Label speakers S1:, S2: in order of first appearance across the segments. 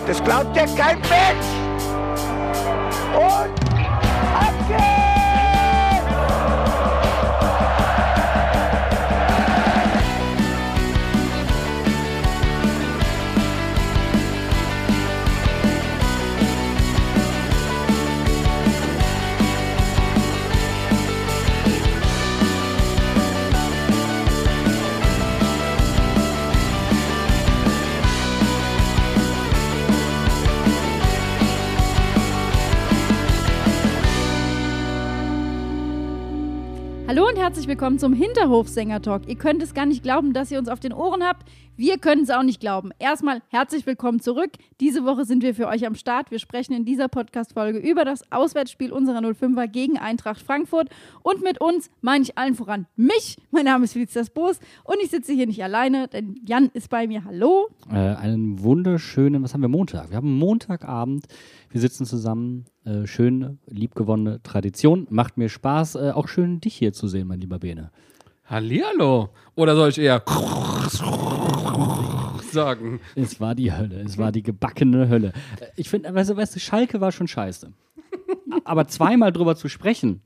S1: Das glaubt ja kein Mensch. Und ab geht's!
S2: Hallo und herzlich willkommen zum Hinterhof-Sänger-Talk. Ihr könnt es gar nicht glauben, dass ihr uns auf den Ohren habt. Wir können es auch nicht glauben. Erstmal herzlich willkommen zurück. Diese Woche sind wir für euch am Start. Wir sprechen in dieser Podcast-Folge über das Auswärtsspiel unserer 05er gegen Eintracht Frankfurt. Und mit uns meine ich allen voran mich. Mein Name ist Felicitas Boos und ich sitze hier nicht alleine, denn Jan ist bei mir. Hallo.
S3: Einen wunderschönen, was haben wir Montag? Wir haben Montagabend. Wir sitzen zusammen. Schön liebgewonnene Tradition. Macht mir Spaß. Auch schön, dich hier zu sehen, mein lieber Bene.
S4: Hallihallo. Oder soll ich eher sagen?
S3: Es war die Hölle. Es war die gebackene Hölle. Ich finde, weißt du, Schalke war schon scheiße. Aber zweimal drüber zu sprechen,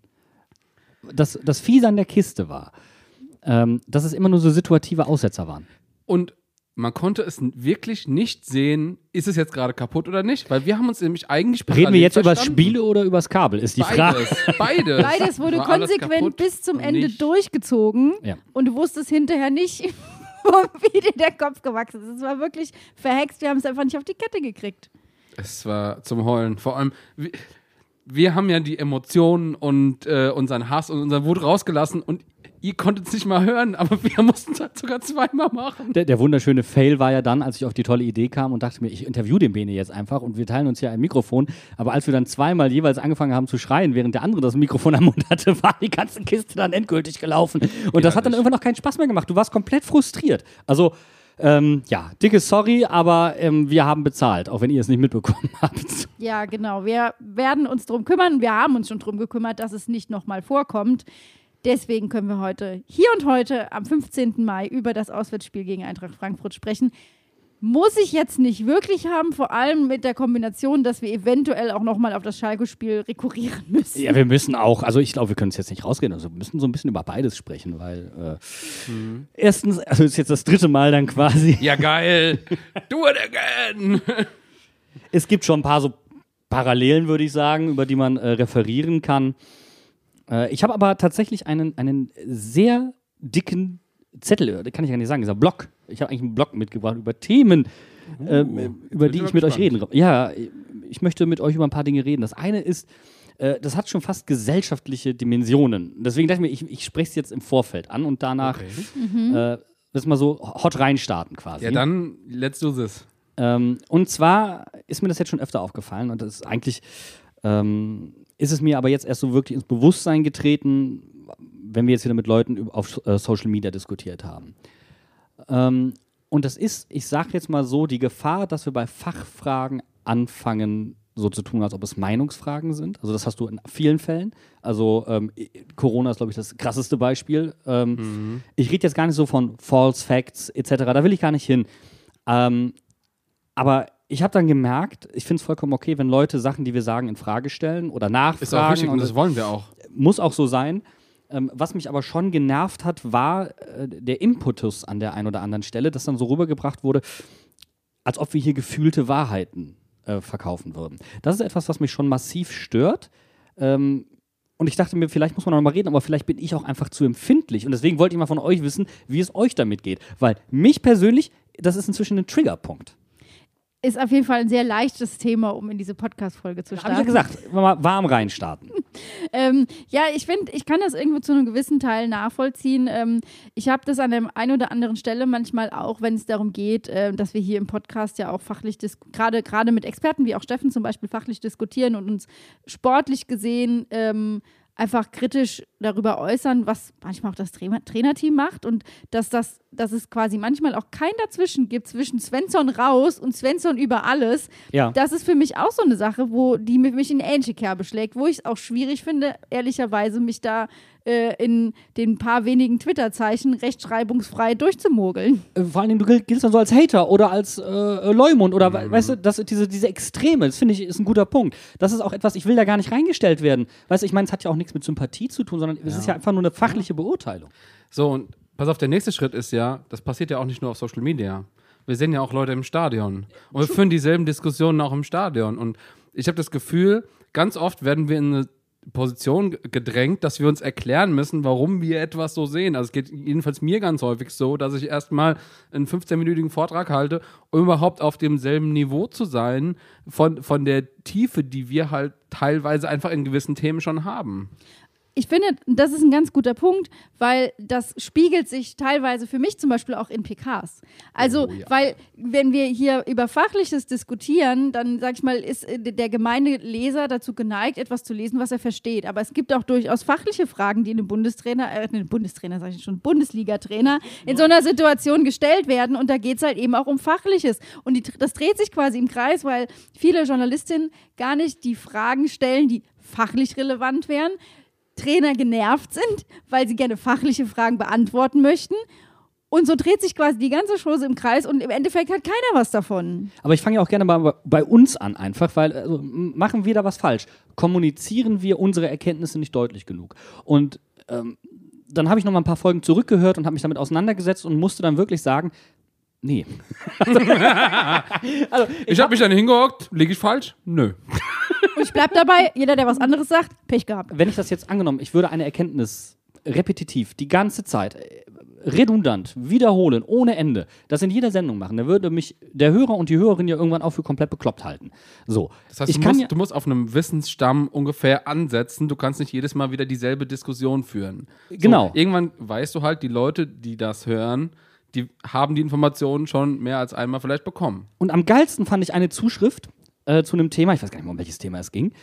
S3: das Fiese an der Kiste war, dass es immer nur so situative Aussetzer waren.
S4: Und man konnte es wirklich nicht sehen, ist es jetzt gerade kaputt oder nicht? Weil wir haben uns nämlich eigentlich
S3: Reden wir jetzt über das Spiel oder über das Kabel, ist die Frage.
S4: Beides.
S2: Beides wurde konsequent bis zum Ende durchgezogen und du wusstest hinterher nicht, wie dir der Kopf gewachsen ist. Es war wirklich verhext, wir haben es einfach nicht auf die Kette gekriegt.
S4: Es war zum Heulen. Vor allem, wir haben ja die Emotionen und unseren Hass und unseren Wut rausgelassen und ihr konntet es nicht mal hören, aber wir mussten es halt sogar zweimal machen.
S3: Der wunderschöne Fail war ja dann, als ich auf die tolle Idee kam und dachte mir, ich interview den Bene jetzt einfach und wir teilen uns hier ein Mikrofon. Aber als wir dann zweimal jeweils angefangen haben zu schreien, während der andere das Mikrofon am Mund hatte, war die ganze Kiste dann endgültig gelaufen. Und das hat dann irgendwann noch keinen Spaß mehr gemacht. Du warst komplett frustriert. Also, dicke Sorry, aber wir haben bezahlt, auch wenn ihr es nicht mitbekommen habt.
S2: Ja, genau. Wir werden uns drum kümmern. Wir haben uns schon drum gekümmert, dass es nicht nochmal vorkommt. Deswegen können wir hier und heute am 15. Mai über das Auswärtsspiel gegen Eintracht Frankfurt sprechen. Muss ich jetzt nicht wirklich haben, vor allem mit der Kombination, dass wir eventuell auch nochmal auf das Schalke-Spiel rekurrieren müssen.
S3: Ja, wir müssen auch, also ich glaube, wir können es jetzt nicht rausreden, also wir müssen so ein bisschen über beides sprechen, weil erstens, also ist jetzt das 3. Mal dann quasi.
S4: Ja, geil. Do it again.
S3: Es gibt schon ein paar so Parallelen, würde ich sagen, über die man referieren kann. Ich habe aber tatsächlich einen sehr dicken Zettel, kann ich gar nicht sagen, dieser Blog. Ich habe eigentlich einen Blog mitgebracht über Themen, über die ich mit euch reden. Ja, ich möchte mit euch über ein paar Dinge reden. Das eine ist, das hat schon fast gesellschaftliche Dimensionen. Deswegen dachte ich mir, ich spreche es jetzt im Vorfeld an und danach das mal so hot reinstarten quasi.
S4: Ja, dann let's do this.
S3: Und zwar ist mir das jetzt schon öfter aufgefallen und das ist eigentlich ist es mir aber jetzt erst so wirklich ins Bewusstsein getreten, wenn wir jetzt wieder mit Leuten auf Social Media diskutiert haben. Und das ist, ich sage jetzt mal so, die Gefahr, dass wir bei Fachfragen anfangen, so zu tun, als ob es Meinungsfragen sind. Also das hast du in vielen Fällen. Also Corona ist, glaube ich, das krasseste Beispiel. Ich rede jetzt gar nicht so von False Facts etc., da will ich gar nicht hin. Aber ich habe dann gemerkt, ich finde es vollkommen okay, wenn Leute Sachen, die wir sagen, in Frage stellen oder nachfragen.
S4: Ist auch richtig und das wollen wir auch.
S3: Muss auch so sein. Was mich aber schon genervt hat, war der Impetus an der einen oder anderen Stelle, dass dann so rübergebracht wurde, als ob wir hier gefühlte Wahrheiten verkaufen würden. Das ist etwas, was mich schon massiv stört. Und ich dachte mir, vielleicht muss man noch mal reden, aber vielleicht bin ich auch einfach zu empfindlich. Und deswegen wollte ich mal von euch wissen, wie es euch damit geht. Weil mich persönlich, das ist inzwischen ein Triggerpunkt.
S2: Ist auf jeden Fall ein sehr leichtes Thema, um in diese Podcast-Folge zu starten.
S3: Hab ich ja gesagt, mal warm reinstarten.
S2: Ja, ich finde, ich kann das irgendwo zu einem gewissen Teil nachvollziehen. Ich habe das an der einen oder anderen Stelle manchmal auch, wenn es darum geht, dass wir hier im Podcast ja auch fachlich, gerade mit Experten wie auch Steffen zum Beispiel, fachlich diskutieren und uns sportlich gesehen einfach kritisch darüber äußern, was manchmal auch das Trainerteam macht und dass das dass es quasi manchmal auch kein Dazwischen gibt, zwischen Svensson raus und Svensson über alles.
S3: Ja.
S2: Das ist für mich auch so eine Sache, wo die mich in eine ähnliche Kerbe schlägt, wo ich es auch schwierig finde, ehrlicherweise mich da in den paar wenigen Twitter-Zeichen rechtschreibungsfrei durchzumogeln.
S3: Vor allen Dingen, du giltst dann so als Hater oder als Leumund oder weißt du, diese Extreme, das finde ich, ist ein guter Punkt. Das ist auch etwas, ich will da gar nicht reingestellt werden. Weißt du, ich meine, es hat ja auch nichts mit Sympathie zu tun, sondern es ist ja einfach nur eine fachliche Beurteilung.
S4: So, und pass auf, der nächste Schritt ist ja, das passiert ja auch nicht nur auf Social Media. Wir sehen ja auch Leute im Stadion. Und wir führen dieselben Diskussionen auch im Stadion. Und ich habe das Gefühl, ganz oft werden wir in eine Position gedrängt, dass wir uns erklären müssen, warum wir etwas so sehen. Also es geht jedenfalls mir ganz häufig so, dass ich erstmal einen 15-minütigen Vortrag halte, um überhaupt auf demselben Niveau zu sein, von der Tiefe, die wir halt teilweise einfach in gewissen Themen schon haben.
S2: Ich finde, das ist ein ganz guter Punkt, weil das spiegelt sich teilweise für mich zum Beispiel auch in PKs. Also, weil wenn wir hier über Fachliches diskutieren, dann, sag ich mal, ist der gemeine Leser dazu geneigt, etwas zu lesen, was er versteht. Aber es gibt auch durchaus fachliche Fragen, die einem Bundesliga-Trainer in so einer Situation gestellt werden. Und da geht es halt eben auch um Fachliches. Und das dreht sich quasi im Kreis, weil viele Journalistinnen gar nicht die Fragen stellen, die fachlich relevant wären, Trainer genervt sind, weil sie gerne fachliche Fragen beantworten möchten. Und so dreht sich quasi die ganze Chose im Kreis und im Endeffekt hat keiner was davon.
S3: Aber ich fange ja auch gerne mal bei uns an einfach, weil machen wir da was falsch? Kommunizieren wir unsere Erkenntnisse nicht deutlich genug? Und dann habe ich noch mal ein paar Folgen zurückgehört und habe mich damit auseinandergesetzt und musste dann wirklich sagen, nee.
S4: Also, ich habe mich dann hingehockt, liege ich falsch? Nö.
S2: Und ich bleib dabei, jeder, der was anderes sagt, Pech gehabt.
S3: Wenn ich das jetzt angenommen, ich würde eine Erkenntnis repetitiv, die ganze Zeit, redundant, wiederholen, ohne Ende, das in jeder Sendung machen, dann würde mich der Hörer und die Hörerin ja irgendwann auch für komplett bekloppt halten. So.
S4: Das heißt, du musst auf einem Wissensstamm ungefähr ansetzen, du kannst nicht jedes Mal wieder dieselbe Diskussion führen.
S3: Genau.
S4: So, irgendwann weißt du halt, die Leute, die das hören, die haben die Informationen schon mehr als einmal vielleicht bekommen.
S3: Und am geilsten fand ich eine Zuschrift zu einem Thema, ich weiß gar nicht mehr, um welches Thema es ging.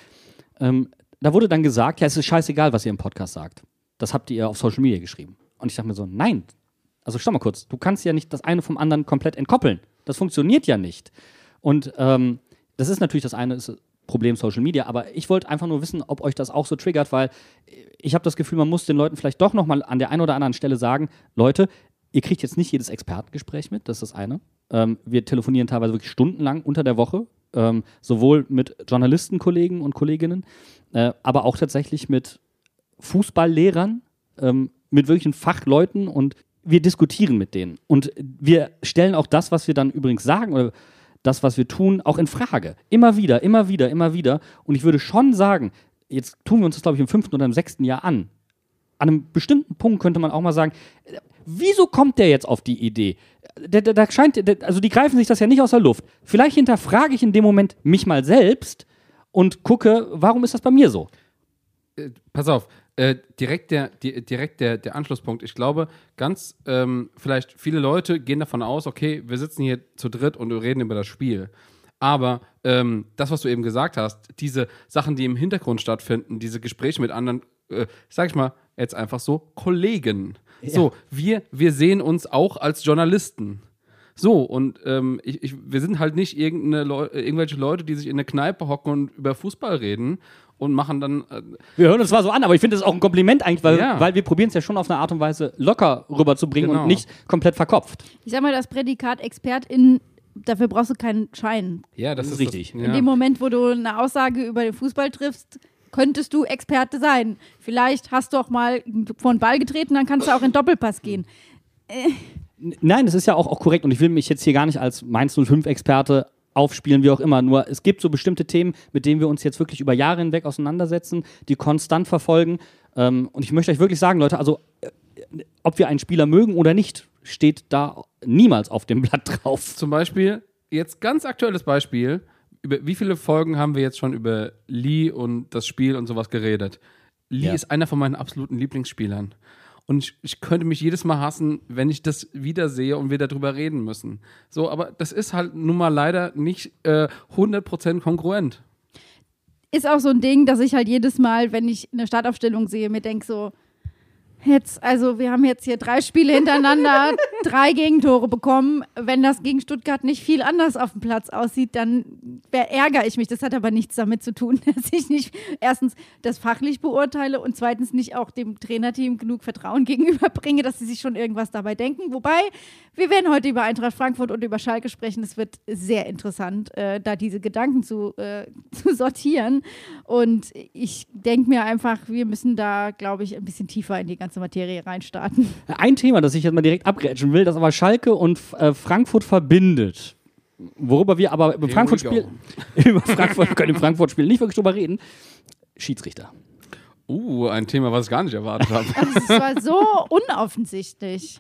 S3: Da wurde dann gesagt, ja, es ist scheißegal, was ihr im Podcast sagt. Das habt ihr auf Social Media geschrieben. Und ich dachte mir so, nein, also stopp mal kurz, du kannst ja nicht das eine vom anderen komplett entkoppeln. Das funktioniert ja nicht. Und das ist natürlich das eine ist Problem Social Media, aber ich wollte einfach nur wissen, ob euch das auch so triggert, weil ich habe das Gefühl, man muss den Leuten vielleicht doch nochmal an der einen oder anderen Stelle sagen, Leute, ihr kriegt jetzt nicht jedes Expertengespräch mit, das ist das eine. Wir telefonieren teilweise wirklich stundenlang unter der Woche, sowohl mit Journalistenkollegen und Kolleginnen, aber auch tatsächlich mit Fußballlehrern, mit wirklichen Fachleuten und wir diskutieren mit denen. Und wir stellen auch das, was wir dann übrigens sagen oder das, was wir tun, auch in Frage. Immer wieder, immer wieder, immer wieder. Und ich würde schon sagen, jetzt tun wir uns das, glaube ich, im 5. oder im 6. Jahr an. An einem bestimmten Punkt könnte man auch mal sagen, wieso kommt der jetzt auf die Idee? Also die greifen sich das ja nicht aus der Luft. Vielleicht hinterfrage ich in dem Moment mich mal selbst und gucke, warum ist das bei mir so?
S4: Pass auf, direkt der Anschlusspunkt. Ich glaube, vielleicht viele Leute gehen davon aus, okay, wir sitzen hier zu dritt und wir reden über das Spiel. Aber das, was du eben gesagt hast, diese Sachen, die im Hintergrund stattfinden, diese Gespräche mit anderen, sag ich mal, jetzt einfach so, Kollegen. Ja. So, wir sehen uns auch als Journalisten. So, und wir sind halt nicht irgendwelche Leute, die sich in eine Kneipe hocken und über Fußball reden und machen dann...
S3: wir hören uns zwar so an, aber ich finde das auch ein Kompliment eigentlich, weil wir probieren es ja schon auf eine Art und Weise locker rüberzubringen und nicht komplett verkopft.
S2: Ich sag mal, das Prädikat ExpertInnen, dafür brauchst du keinen Schein.
S4: Ja, das ist richtig.
S2: In dem Moment, wo du eine Aussage über den Fußball triffst, könntest du Experte sein. Vielleicht hast du auch mal vor den Ball getreten, dann kannst du auch in Doppelpass gehen.
S3: Nein, das ist ja auch korrekt und ich will mich jetzt hier gar nicht als Mainz 05-Experte aufspielen, wie auch immer. Nur es gibt so bestimmte Themen, mit denen wir uns jetzt wirklich über Jahre hinweg auseinandersetzen, die konstant verfolgen. Und ich möchte euch wirklich sagen, Leute, also ob wir einen Spieler mögen oder nicht, steht da niemals auf dem Blatt drauf.
S4: Zum Beispiel, jetzt ganz aktuelles Beispiel, über wie viele Folgen haben wir jetzt schon über Lee und das Spiel und sowas geredet? Lee ist einer von meinen absoluten Lieblingsspielern. Und ich könnte mich jedes Mal hassen, wenn ich das wiedersehe und wir darüber reden müssen. So, aber das ist halt nun mal leider nicht 100% kongruent.
S2: Ist auch so ein Ding, dass ich halt jedes Mal, wenn ich eine Startaufstellung sehe, mir denke so, Also wir haben jetzt hier 3 Spiele hintereinander, 3 Gegentore bekommen. Wenn das gegen Stuttgart nicht viel anders auf dem Platz aussieht, dann ärgere ich mich. Das hat aber nichts damit zu tun, dass ich nicht erstens das fachlich beurteile und zweitens nicht auch dem Trainerteam genug Vertrauen gegenüberbringe, dass sie sich schon irgendwas dabei denken. Wobei, wir werden heute über Eintracht Frankfurt und über Schalke sprechen. Es wird sehr interessant, da diese Gedanken zu sortieren. Und ich denke mir einfach, wir müssen da, glaube ich, ein bisschen tiefer in die ganze Materie reinstarten.
S3: Ein Thema, das ich jetzt mal direkt abgrätschen will, das aber Schalke und Frankfurt verbindet. Worüber wir aber im Frankfurt-Spiel über Frankfurt können im Frankfurt-Spiel nicht wirklich drüber reden. Schiedsrichter.
S4: Ein Thema, was ich gar nicht erwartet habe.
S2: Es war so unoffensichtlich.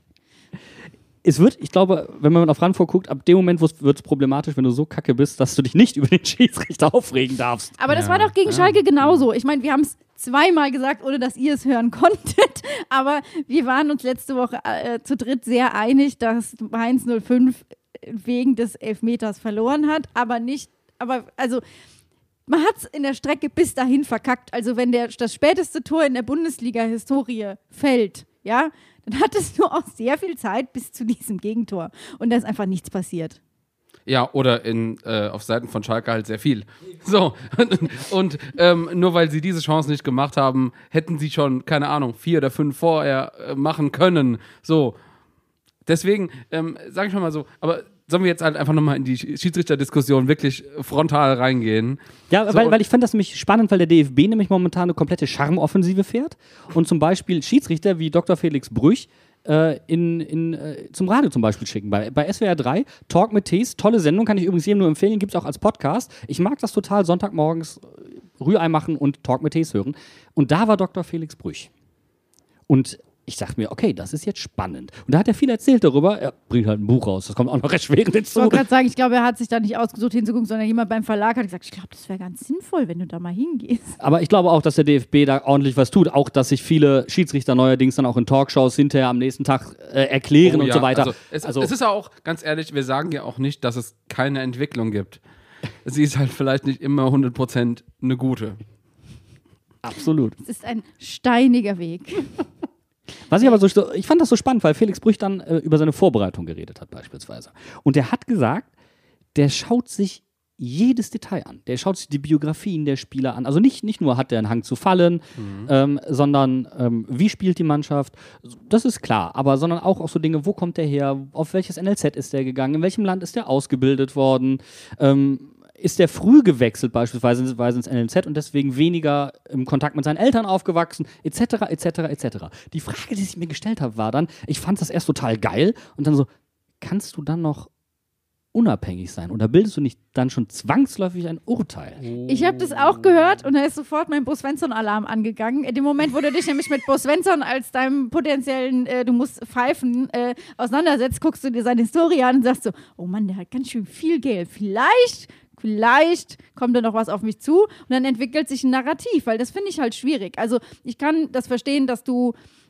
S3: Ich glaube, wenn man auf Frankfurt guckt, ab dem Moment wird es problematisch, wenn du so kacke bist, dass du dich nicht über den Schiedsrichter aufregen darfst.
S2: Aber das war doch gegen Schalke genauso. Ich meine, wir haben es zweimal gesagt, ohne dass ihr es hören konntet. Aber wir waren uns letzte Woche zu dritt sehr einig, dass Mainz 05 wegen des Elfmeters verloren hat. Also man hat es in der Strecke bis dahin verkackt. Also wenn das späteste Tor in der Bundesliga-Historie fällt, ja, dann hattest du auch sehr viel Zeit bis zu diesem Gegentor. Und da ist einfach nichts passiert.
S4: Ja, oder auf Seiten von Schalke halt sehr viel. So, und nur weil sie diese Chance nicht gemacht haben, hätten sie schon, keine Ahnung, 4 oder 5 vorher machen können. So, deswegen, sage ich mal so, aber sollen wir jetzt halt einfach nochmal in die Schiedsrichterdiskussion wirklich frontal reingehen?
S3: Ja, so, weil ich fand das nämlich spannend, weil der DFB nämlich momentan eine komplette Charmoffensive fährt und zum Beispiel Schiedsrichter wie Dr. Felix Brüch zum Radio zum Beispiel schicken. Bei SWR 3, Talk mit Tees, tolle Sendung, kann ich übrigens jedem nur empfehlen, gibt es auch als Podcast. Ich mag das total, Sonntagmorgens Rührei machen und Talk mit Tees hören. Und da war Dr. Felix Brüch. Und ich dachte mir, okay, das ist jetzt spannend. Und da hat er viel erzählt darüber. Er bringt halt ein Buch raus. Das kommt auch noch erschwerend hinzu.
S2: Ich wollte gerade sagen, ich glaube, er hat sich da nicht ausgesucht hinzugucken, sondern jemand beim Verlag hat gesagt, ich glaube, das wäre ganz sinnvoll, wenn du da mal hingehst.
S3: Aber ich glaube auch, dass der DFB da ordentlich was tut. Auch, dass sich viele Schiedsrichter neuerdings dann auch in Talkshows hinterher am nächsten Tag erklären und so weiter.
S4: Also, es ist ja auch, ganz ehrlich, wir sagen ja auch nicht, dass es keine Entwicklung gibt. Sie ist halt vielleicht nicht immer 100% eine gute.
S3: Absolut.
S2: Es ist ein steiniger Weg.
S3: Was ich aber ich fand das so spannend, weil Felix Brüch dann über seine Vorbereitung geredet hat beispielsweise. Und er hat gesagt, der schaut sich jedes Detail an. Der schaut sich die Biografien der Spieler an. Also nicht nur hat der einen Hang zu fallen, sondern wie spielt die Mannschaft, das ist klar, aber sondern auch so Dinge, wo kommt der her, auf welches NLZ ist der gegangen, in welchem Land ist der ausgebildet worden, ist der früh gewechselt beispielsweise ins NLZ und deswegen weniger im Kontakt mit seinen Eltern aufgewachsen, etc., etc., etc. Die Frage, die ich mir gestellt habe, war dann, ich fand das erst total geil und dann so, kannst du dann noch unabhängig sein oder bildest du nicht dann schon zwangsläufig ein Urteil?
S2: Ich habe das auch gehört und da ist sofort mein Bo Svensson-Alarm angegangen. In dem Moment, wo du dich nämlich mit Bo Svensson als deinem potenziellen, du musst pfeifen, auseinandersetzt, guckst du dir seine Historie an und sagst so, oh Mann, der hat ganz schön viel Geld. Vielleicht kommt da noch was auf mich zu und dann entwickelt sich ein Narrativ, weil das finde ich halt schwierig. Also ich kann das verstehen, dass du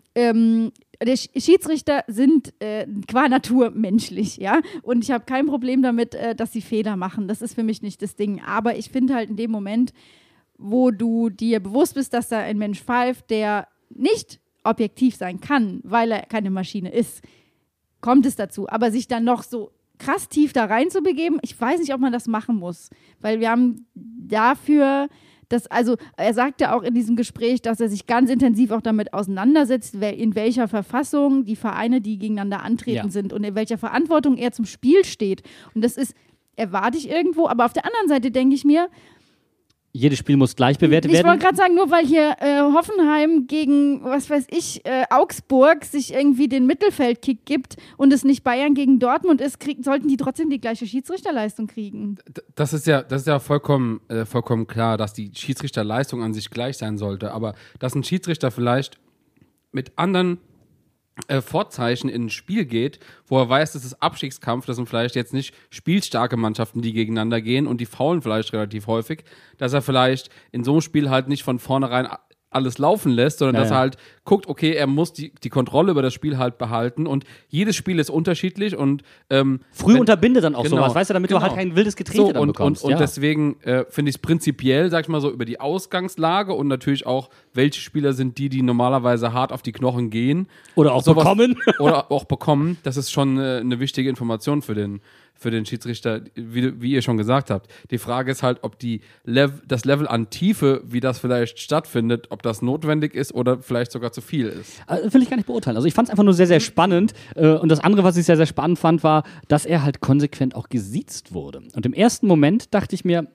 S2: die Schiedsrichter sind qua Natur menschlich, ja, und ich habe kein Problem damit, dass sie Fehler machen. Das ist für mich nicht das Ding. Aber ich finde halt in dem Moment, wo du dir bewusst bist, dass da ein Mensch pfeift, der nicht objektiv sein kann, weil er keine Maschine ist, kommt es dazu. Aber sich dann noch so krass tief da rein zu begeben, ich weiß nicht, ob man das machen muss, weil wir haben dafür, er sagte auch in diesem Gespräch, dass er sich ganz intensiv auch damit auseinandersetzt, in welcher Verfassung die Vereine, die gegeneinander antreten sind und in welcher Verantwortung er zum Spiel steht. Und das erwarte ich irgendwo, aber auf der anderen Seite denke ich mir,
S3: jedes Spiel muss gleich bewertet werden.
S2: Ich wollte gerade sagen, nur weil hier Hoffenheim gegen, was weiß ich, Augsburg sich irgendwie den Mittelfeldkick gibt und es nicht Bayern gegen Dortmund ist, sollten die trotzdem die gleiche Schiedsrichterleistung kriegen.
S4: Das ist ja vollkommen klar, dass die Schiedsrichterleistung an sich gleich sein sollte, aber dass ein Schiedsrichter vielleicht mit anderen Vorzeichen in ein Spiel geht, wo er weiß, das ist Abstiegskampf, das sind vielleicht jetzt nicht spielstarke Mannschaften, die gegeneinander gehen und die faulen vielleicht relativ häufig, dass er vielleicht in so einem Spiel halt nicht von vornherein alles laufen lässt, sondern dass er halt guckt, okay, er muss die Kontrolle über das Spiel halt behalten und jedes Spiel ist unterschiedlich und
S3: früh unterbinde dann auch sowas, weißt du, damit du halt kein wildes Getrete dann bekommst.
S4: Und deswegen finde ich es prinzipiell, sag ich mal so, über die Ausgangslage und natürlich auch, welche Spieler sind die normalerweise hart auf die Knochen gehen.
S3: Oder auch bekommen.
S4: Oder auch bekommen. Das ist schon eine wichtige Information für den Schiedsrichter, wie ihr schon gesagt habt. Die Frage ist halt, ob das Level an Tiefe, wie das vielleicht stattfindet, ob das notwendig ist oder vielleicht sogar zu viel ist.
S3: Will ich gar nicht beurteilen. Also ich fand es einfach nur sehr, sehr spannend. Und das andere, was ich sehr, sehr spannend fand, war, dass er halt konsequent auch gesiezt wurde. Und im ersten Moment dachte ich mir,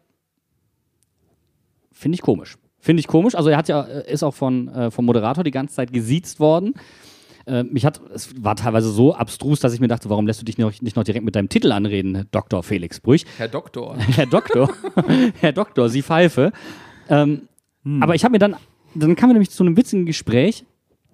S3: finde ich komisch. Also er ist auch vom Moderator die ganze Zeit gesiezt worden. Es war teilweise so abstrus, dass ich mir dachte, warum lässt du dich nicht noch direkt mit deinem Titel anreden, Dr. Felix Brüch?
S4: Herr Doktor.
S3: Herr Doktor, Sie Pfeife. Aber ich habe mir dann kamen wir nämlich zu einem witzigen Gespräch,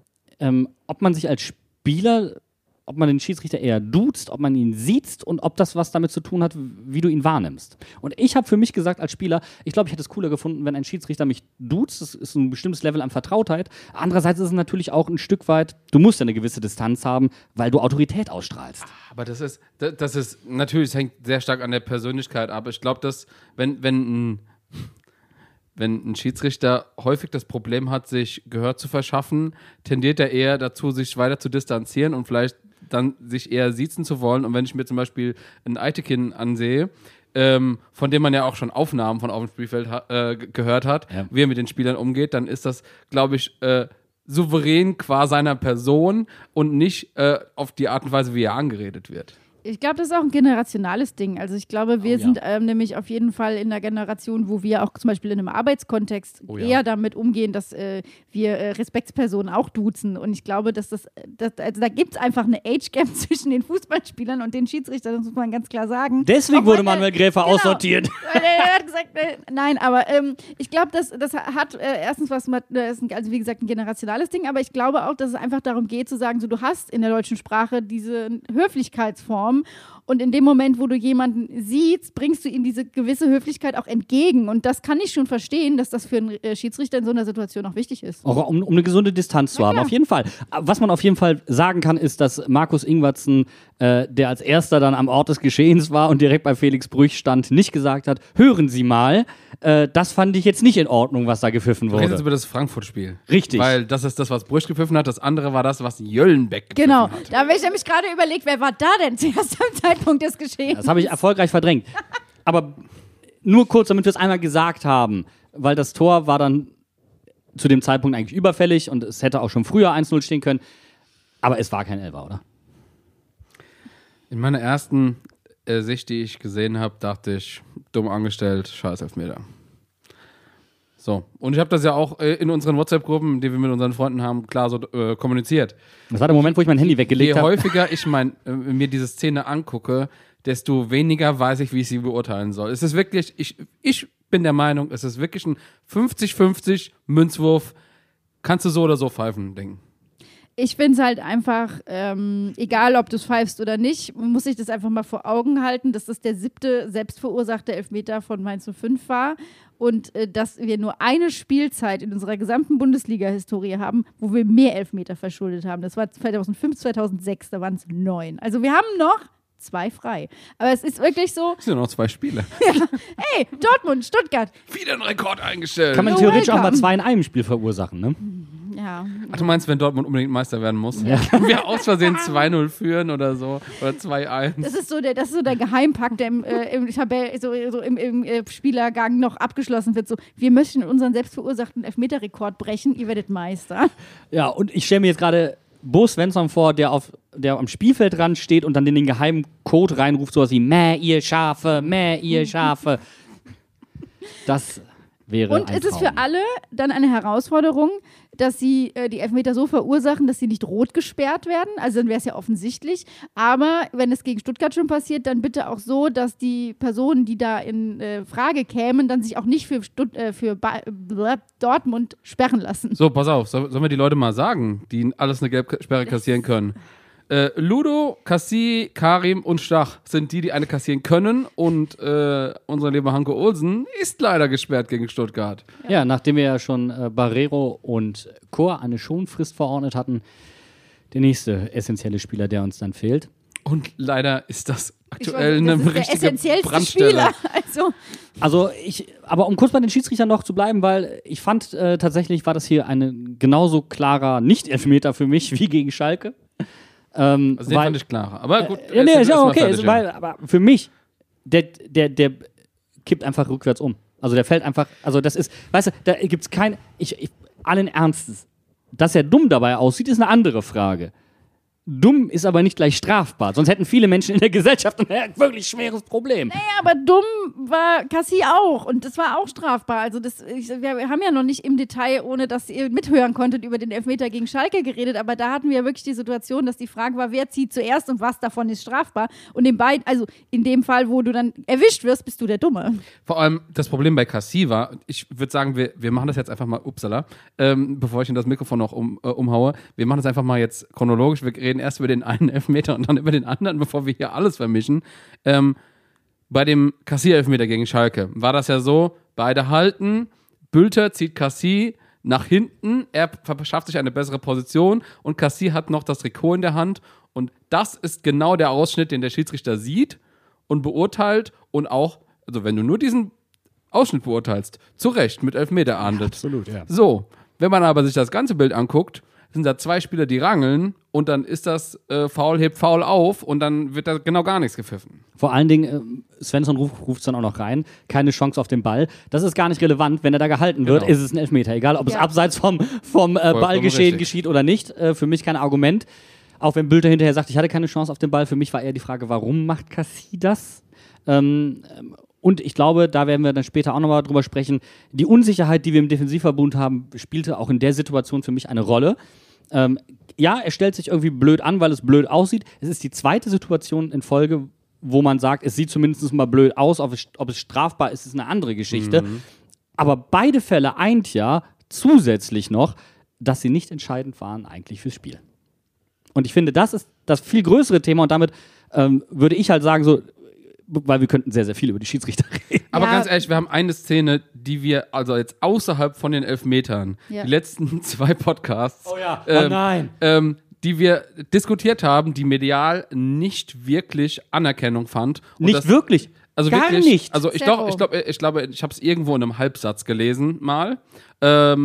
S3: ob man sich als Spieler, ob man den Schiedsrichter eher duzt, ob man ihn siezt und ob das was damit zu tun hat, wie du ihn wahrnimmst. Und ich habe für mich gesagt als Spieler, ich glaube, ich hätte es cooler gefunden, wenn ein Schiedsrichter mich duzt. Das ist ein bestimmtes Level an Vertrautheit. Andererseits ist es natürlich auch ein Stück weit, du musst ja eine gewisse Distanz haben, weil du Autorität ausstrahlst.
S4: Aber das ist natürlich, es hängt sehr stark an der Persönlichkeit ab. Ich glaube, dass wenn ein Schiedsrichter häufig das Problem hat, sich Gehör zu verschaffen, tendiert er eher dazu, sich weiter zu distanzieren und vielleicht dann sich eher siezen zu wollen. Und wenn ich mir zum Beispiel einen Eitekin ansehe, von dem man ja auch schon Aufnahmen von auf dem Spielfeld gehört hat, wie er mit den Spielern umgeht, dann ist das, glaube ich, souverän qua seiner Person und nicht auf die Art und Weise, wie er angeredet wird.
S2: Ich glaube, das ist auch ein generationales Ding. Also ich glaube, wir sind nämlich auf jeden Fall in der Generation, wo wir auch zum Beispiel in einem Arbeitskontext eher damit umgehen, dass wir Respektspersonen auch duzen. Und ich glaube, dass also da gibt es einfach eine Age-Gap zwischen den Fußballspielern und den Schiedsrichtern, das muss man ganz klar sagen.
S3: Deswegen wurde Manuel Gräfer aussortiert.
S2: Er hat gesagt, nein, aber ich glaube, das hat erstens was mit, also wie gesagt, ein generationales Ding, aber ich glaube auch, dass es einfach darum geht, zu sagen, so, du hast in der deutschen Sprache diese Höflichkeitsform. Und in dem Moment, wo du jemanden siehst, bringst du ihm diese gewisse Höflichkeit auch entgegen. Und das kann ich schon verstehen, dass das für einen Schiedsrichter in so einer Situation auch wichtig ist.
S3: Auch um eine gesunde Distanz zu haben, auf jeden Fall. Was man auf jeden Fall sagen kann, ist, dass Markus Ingwertsen, der als erster dann am Ort des Geschehens war und direkt bei Felix Brüch stand, nicht gesagt hat, hören Sie mal, das fand ich jetzt nicht in Ordnung, was da gepfiffen wurde.
S4: Du redest über das Frankfurt-Spiel.
S3: Richtig.
S4: Weil das ist das, was Brüch gepfiffen hat, das andere war das, was Jöllenbeck gepfiffen hat.
S2: Genau, da habe ich nämlich gerade überlegt, wer war da denn zuerst am Zeitpunkt des Geschehens?
S3: Das habe ich erfolgreich verdrängt. Aber nur kurz, damit wir es einmal gesagt haben, weil das Tor war dann zu dem Zeitpunkt eigentlich überfällig und es hätte auch schon früher 1-0 stehen können, aber es war kein Elfer, oder?
S4: In meiner ersten Sicht, die ich gesehen habe, dachte ich, dumm angestellt, scheiß Elfmeter. So, und ich habe das ja auch in unseren WhatsApp-Gruppen, die wir mit unseren Freunden haben, klar so kommuniziert.
S3: Das war der Moment, wo ich mein Handy weggelegt habe.
S4: Je häufiger ich mir diese Szene angucke, desto weniger weiß ich, wie ich sie beurteilen soll. Es ist wirklich, ich bin der Meinung, es ist wirklich ein 50-50 Münzwurf, kannst du so oder so pfeifen, Ding.
S2: Ich finde es halt einfach, egal ob du es pfeifst oder nicht, man muss sich das einfach mal vor Augen halten, dass das der 7. selbstverursachte Elfmeter von Mainz 05 war und dass wir nur eine Spielzeit in unserer gesamten Bundesliga-Historie haben, wo wir mehr Elfmeter verschuldet haben. Das war 2005, 2006, da waren es 9. Also wir haben noch 2 frei. Aber es ist wirklich so.
S4: Es sind ja noch 2 Spiele.
S2: Ja. Hey, Dortmund, Stuttgart.
S4: Wieder ein Rekord eingestellt.
S3: Kann man theoretisch auch mal 2 in einem Spiel verursachen, ne?
S2: Ja.
S4: Ach, du meinst, wenn Dortmund unbedingt Meister werden muss? Ja. Wir aus Versehen 2-0 führen oder so. Oder 2-1.
S2: Das ist so der Geheimpakt, der im Spielergang noch abgeschlossen wird. So, wir möchten unseren selbstverursachten Elfmeterrekord brechen, ihr werdet Meister.
S3: Ja, und ich stelle mir jetzt gerade Bo Svensson vor, der am Spielfeldrand steht und dann den geheimen Code reinruft, sowas wie Mäh, ihr Schafe, Mäh, ihr Schafe. Das wäre
S2: und
S3: ein
S2: es ist
S3: Traum.
S2: für alle dann eine Herausforderung, dass sie die Elfmeter so verursachen, dass sie nicht rot gesperrt werden. Also dann wäre es ja offensichtlich. Aber wenn es gegen Stuttgart schon passiert, dann bitte auch so, dass die Personen, die da in Frage kämen, dann sich auch nicht für Dortmund sperren lassen.
S4: So, pass auf, sollen wir die Leute mal sagen, die alles eine Gelbsperre kassieren können? Ludo, Cassie, Karim und Stach sind die eine kassieren können und unser lieber Hanke Olsen ist leider gesperrt gegen Stuttgart.
S3: Ja, nachdem wir ja schon Barrero und Chor eine Schonfrist verordnet hatten, der nächste essentielle Spieler, der uns dann fehlt.
S4: Und leider ist das
S2: Das
S4: aktuell eine
S2: ist der
S4: richtige
S2: essentiellste
S4: Brandstelle.
S2: Spieler. Also,
S3: Aber um kurz bei den Schiedsrichtern noch zu bleiben, weil ich fand tatsächlich war das hier ein genauso klarer Nicht-Elfmeter für mich wie gegen Schalke.
S4: Also den fand ich klarer. Aber gut.
S3: Ist ja okay.
S4: Fertig,
S3: Weil, aber für mich, der kippt einfach rückwärts um. Also der fällt einfach, also das ist, weißt du, da gibt es kein, allen Ernstes, dass er dumm dabei aussieht, ist eine andere Frage. Dumm ist aber nicht gleich strafbar, sonst hätten viele Menschen in der Gesellschaft ein wirklich schweres Problem.
S2: naja, aber dumm war Cassie auch und das war auch strafbar. Also wir haben ja noch nicht im Detail, ohne dass ihr mithören konntet, über den Elfmeter gegen Schalke geredet, aber da hatten wir wirklich die Situation, dass die Frage war, wer zieht zuerst und was davon ist strafbar. Und in dem Fall, wo du dann erwischt wirst, bist du der Dumme.
S4: Vor allem das Problem bei Cassie war, ich würde sagen, wir machen das jetzt einfach mal, bevor ich in das Mikrofon noch umhaue, wir machen das einfach mal jetzt chronologisch, wir reden erst über den einen Elfmeter und dann über den anderen, bevor wir hier alles vermischen. Bei dem Cassie-Elfmeter gegen Schalke war das ja so, beide halten, Bülter zieht Cassie nach hinten, er verschafft sich eine bessere Position und Cassie hat noch das Trikot in der Hand und das ist genau der Ausschnitt, den der Schiedsrichter sieht und beurteilt und auch, also wenn du nur diesen Ausschnitt beurteilst, zu Recht mit Elfmeter ahndet.
S3: Absolut, ja.
S4: So, wenn man aber sich das ganze Bild anguckt, sind da zwei Spieler, die rangeln und dann ist das Foul, hebt Foul auf und dann wird da genau gar nichts gepfiffen.
S3: Vor allen Dingen, Svensson ruft es dann auch noch rein, keine Chance auf den Ball. Das ist gar nicht relevant, wenn er da gehalten wird,
S4: Genau.
S3: ist es ein Elfmeter. Egal, ob es abseits vom Ballgeschehen
S4: richtig.
S3: geschieht oder nicht, für mich kein Argument. Auch wenn Bülter hinterher sagt, ich hatte keine Chance auf den Ball, für mich war eher die Frage, warum macht Cassie das? Und ich glaube, da werden wir dann später auch nochmal drüber sprechen, die Unsicherheit, die wir im Defensivverbund haben, spielte auch in der Situation für mich eine Rolle. Ja, er stellt sich irgendwie blöd an, weil es blöd aussieht. Es ist die zweite Situation in Folge, wo man sagt, es sieht zumindest mal blöd aus, ob es strafbar ist, ist eine andere Geschichte. Aber beide Fälle eint ja zusätzlich noch, dass sie nicht entscheidend waren eigentlich fürs Spiel. Und ich finde, das ist das viel größere Thema und damit würde ich halt sagen, so, weil wir könnten sehr, sehr viel über die Schiedsrichter reden.
S4: Aber
S2: Ja.
S4: ganz ehrlich, wir haben eine Szene, die wir, also jetzt außerhalb von den Elfmetern,
S2: Ja.
S4: die letzten 2 Podcasts,
S3: Nein.
S4: die wir diskutiert haben, die medial nicht wirklich Anerkennung fand. Und
S3: Nicht
S4: das,
S3: wirklich.
S4: Also
S3: Gar
S4: wirklich,
S3: nicht.
S4: Also ich
S2: Zero.
S4: glaube, ich habe es irgendwo in einem Halbsatz gelesen mal.
S3: Wir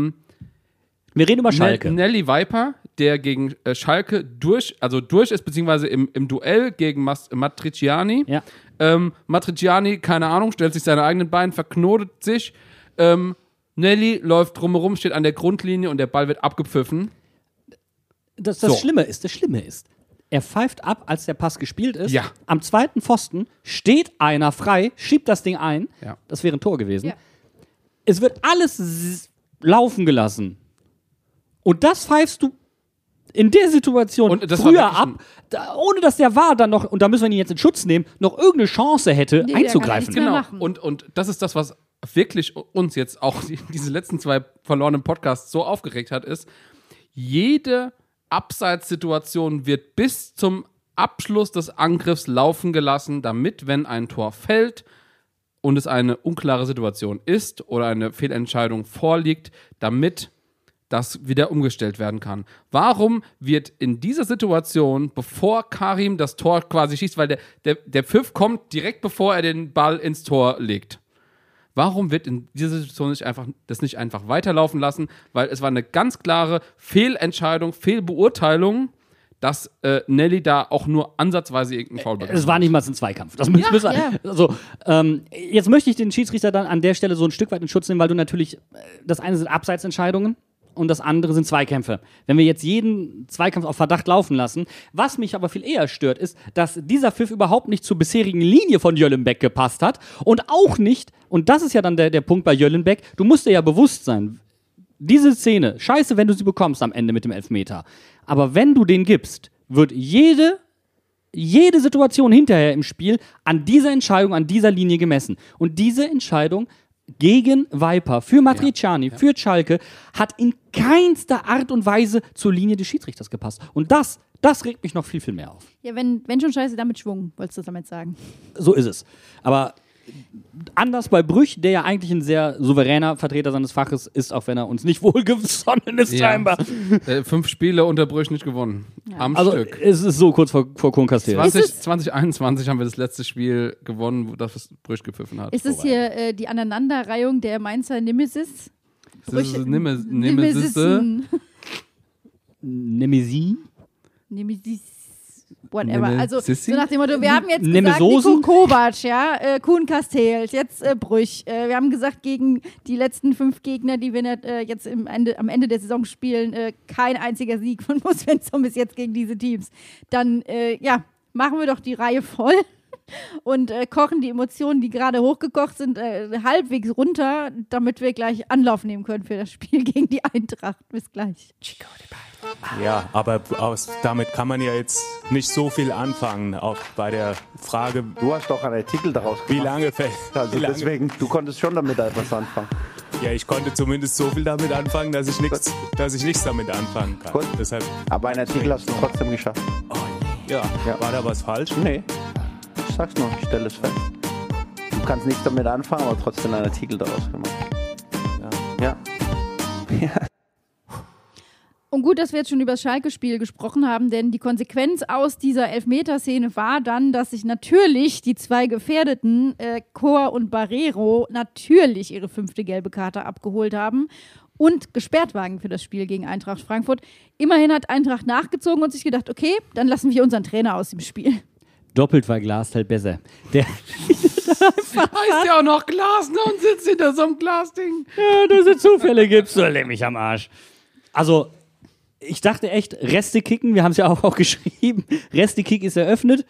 S3: reden über Schalke.
S4: Nelly Viper, der gegen Schalke durch ist, beziehungsweise im Duell gegen Matriciani.
S3: Ja.
S4: Matriciani, keine Ahnung, stellt sich seine eigenen Beine, verknotet sich. Nelly läuft drumherum, steht an der Grundlinie und der Ball wird abgepfiffen.
S3: Das
S4: So.
S3: Schlimme ist, er pfeift ab, als der Pass gespielt ist.
S4: Ja.
S3: Am zweiten Pfosten steht einer frei, schiebt das Ding ein.
S4: Ja.
S3: Das wäre ein Tor gewesen.
S2: Ja.
S3: Es wird alles laufen gelassen. Und das pfeifst du in der Situation
S4: Und das war
S3: früher
S4: wirklich
S3: ab, ohne dass der VAR dann noch, und da müssen wir ihn jetzt in Schutz nehmen, noch irgendeine Chance hätte,
S2: Nee, der kann
S3: einzugreifen.
S2: nichts mehr
S4: Genau.
S2: machen.
S4: Und das ist das, was wirklich uns jetzt auch diese letzten 2 verlorenen Podcasts so aufgeregt hat, ist, jede Abseitssituation wird bis zum Abschluss des Angriffs laufen gelassen, damit, wenn ein Tor fällt und es eine unklare Situation ist oder eine Fehlentscheidung vorliegt, damit das wieder umgestellt werden kann. Warum wird in dieser Situation, bevor Karim das Tor quasi schießt, weil der Pfiff kommt direkt bevor er den Ball ins Tor legt, warum wird in dieser Situation nicht einfach weiterlaufen lassen? Weil es war eine ganz klare Fehlentscheidung, Fehlbeurteilung, dass Nelly da auch nur ansatzweise irgendeinen Foul begangen
S3: Es war nicht mal ein Zweikampf. Das müssen wir,
S2: ja.
S3: also, jetzt möchte ich den Schiedsrichter dann an der Stelle so ein Stück weit in Schutz nehmen, weil du natürlich, das eine sind Abseitsentscheidungen und das andere sind Zweikämpfe. Wenn wir jetzt jeden Zweikampf auf Verdacht laufen lassen, was mich aber viel eher stört, ist, dass dieser Pfiff überhaupt nicht zur bisherigen Linie von Jöllenbeck gepasst hat und auch nicht, und das ist ja dann der Punkt bei Jöllenbeck, du musst dir ja bewusst sein, diese Szene, scheiße, wenn du sie bekommst am Ende mit dem Elfmeter, aber wenn du den gibst, wird jede Situation hinterher im Spiel an dieser Entscheidung, an dieser Linie gemessen. Und diese Entscheidung gegen Viper, für Matriciani, für Schalke, hat in keinster Art und Weise zur Linie des Schiedsrichters gepasst. Und das Das regt mich noch viel, viel mehr auf.
S2: Ja, wenn schon scheiße, damit Schwung, wolltest du damit sagen.
S3: So ist es. Aber anders bei Brüch, der ja eigentlich ein sehr souveräner Vertreter seines Faches ist, auch wenn er uns nicht wohlgesonnen ist, scheinbar.
S4: 5 Spiele unter Brüch nicht gewonnen. Am
S3: Also
S4: Stück.
S3: es ist so kurz vor Kohn Castells.
S4: 2021 haben wir das letzte Spiel gewonnen, wo das Brüch gepfiffen hat.
S2: Ist es hier die Aneinanderreihung der Mainzer Nemesis?
S4: Das ist Nemesis.
S2: Nemesis. Whatever. Also
S4: Sissi?
S2: so nach dem Motto, wir haben jetzt
S3: Nemesosen?
S2: gesagt, Nico Kovac, ja, Kuhn Castells, jetzt Brüch. Wir haben gesagt, gegen die letzten 5 Gegner, die wir jetzt am Ende der Saison spielen, kein einziger Sieg von Svensson bis jetzt gegen diese Teams. Dann, machen wir doch die Reihe voll und kochen die Emotionen, die gerade hochgekocht sind, halbwegs runter, damit wir gleich Anlauf nehmen können für das Spiel gegen die Eintracht. Bis gleich.
S5: Ja, aber damit kann man ja jetzt nicht so viel anfangen, auch bei der Frage,
S1: Du hast doch einen Artikel daraus
S5: wie
S1: gemacht.
S5: lange fällt.
S1: Also deswegen, du konntest schon damit etwas anfangen.
S5: Ja, ich konnte zumindest so viel damit anfangen, dass ich nichts damit anfangen kann.
S1: Gut.
S5: Deshalb,
S1: Aber einen Artikel hast du trotzdem geschafft.
S5: ja,
S1: Ja.
S5: war da was falsch?
S1: Nee, ich sag's nur, ich stelle es fest. Du kannst nichts damit anfangen, aber trotzdem einen Artikel daraus gemacht. Ja.
S2: Und gut, dass wir jetzt schon über das Schalke-Spiel gesprochen haben, denn die Konsequenz aus dieser Elfmeterszene war dann, dass sich natürlich die 2 Gefährdeten, Chor und Barrero, natürlich ihre 5. gelbe Karte abgeholt haben und gesperrt waren für das Spiel gegen Eintracht Frankfurt. Immerhin hat Eintracht nachgezogen und sich gedacht, okay, dann lassen wir unseren Trainer aus dem Spiel.
S3: Doppelt war Glas halt besser. Der
S4: Heißt ja auch noch Glas, ne? Und sitzt hinter so einem Glasding.
S3: Ja, diese Zufälle gibt's, so leck mich am Arsch. Also, ich dachte echt, Reste kicken, wir haben es ja auch geschrieben, Reste Kick ist eröffnet,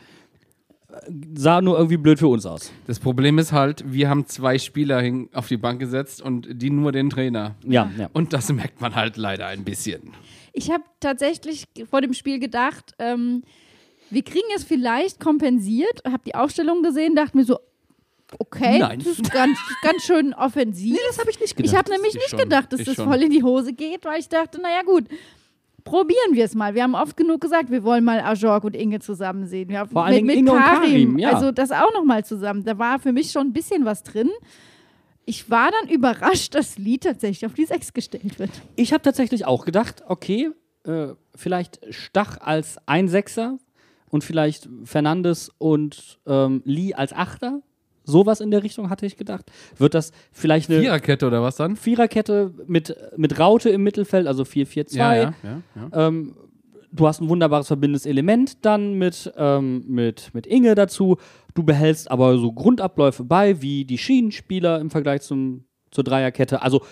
S3: sah nur irgendwie blöd für uns aus.
S4: Das Problem ist halt, wir haben 2 Spieler auf die Bank gesetzt und die nur den Trainer.
S3: Ja.
S4: Und das merkt man halt leider ein bisschen.
S2: Ich habe tatsächlich vor dem Spiel gedacht, wir kriegen es vielleicht kompensiert, habe die Aufstellung gesehen, dachte mir so, okay,
S3: Nein.
S2: das ist ganz schön offensiv.
S3: Das habe ich nicht gedacht.
S2: Ich habe nämlich
S4: Ich
S2: nicht
S4: schon.
S2: gedacht, dass
S4: Ich
S2: das
S4: schon.
S2: voll in die Hose geht, weil ich dachte, naja gut, probieren wir es mal. Wir haben oft genug gesagt, wir wollen mal Ajorg und Inge zusammen sehen. Ja,
S3: Vor allen Dingen Inge und Karim, ja.
S2: Also das auch nochmal zusammen. Da war für mich schon ein bisschen was drin. Ich war dann überrascht, dass Lee tatsächlich auf die 6 gestellt wird.
S3: Ich habe tatsächlich auch gedacht, okay, vielleicht Stach als 1-6er und vielleicht Fernandes und Lee als 8er. Sowas in der Richtung hatte ich gedacht. Wird das vielleicht eine
S4: Viererkette oder was dann?
S3: Viererkette mit Raute im Mittelfeld, also 4-4-2.
S4: Ja.
S3: Du hast ein wunderbares verbindendes Element dann mit Inge dazu. Du behältst aber so Grundabläufe bei, wie die Schienenspieler im Vergleich zur Dreierkette. Also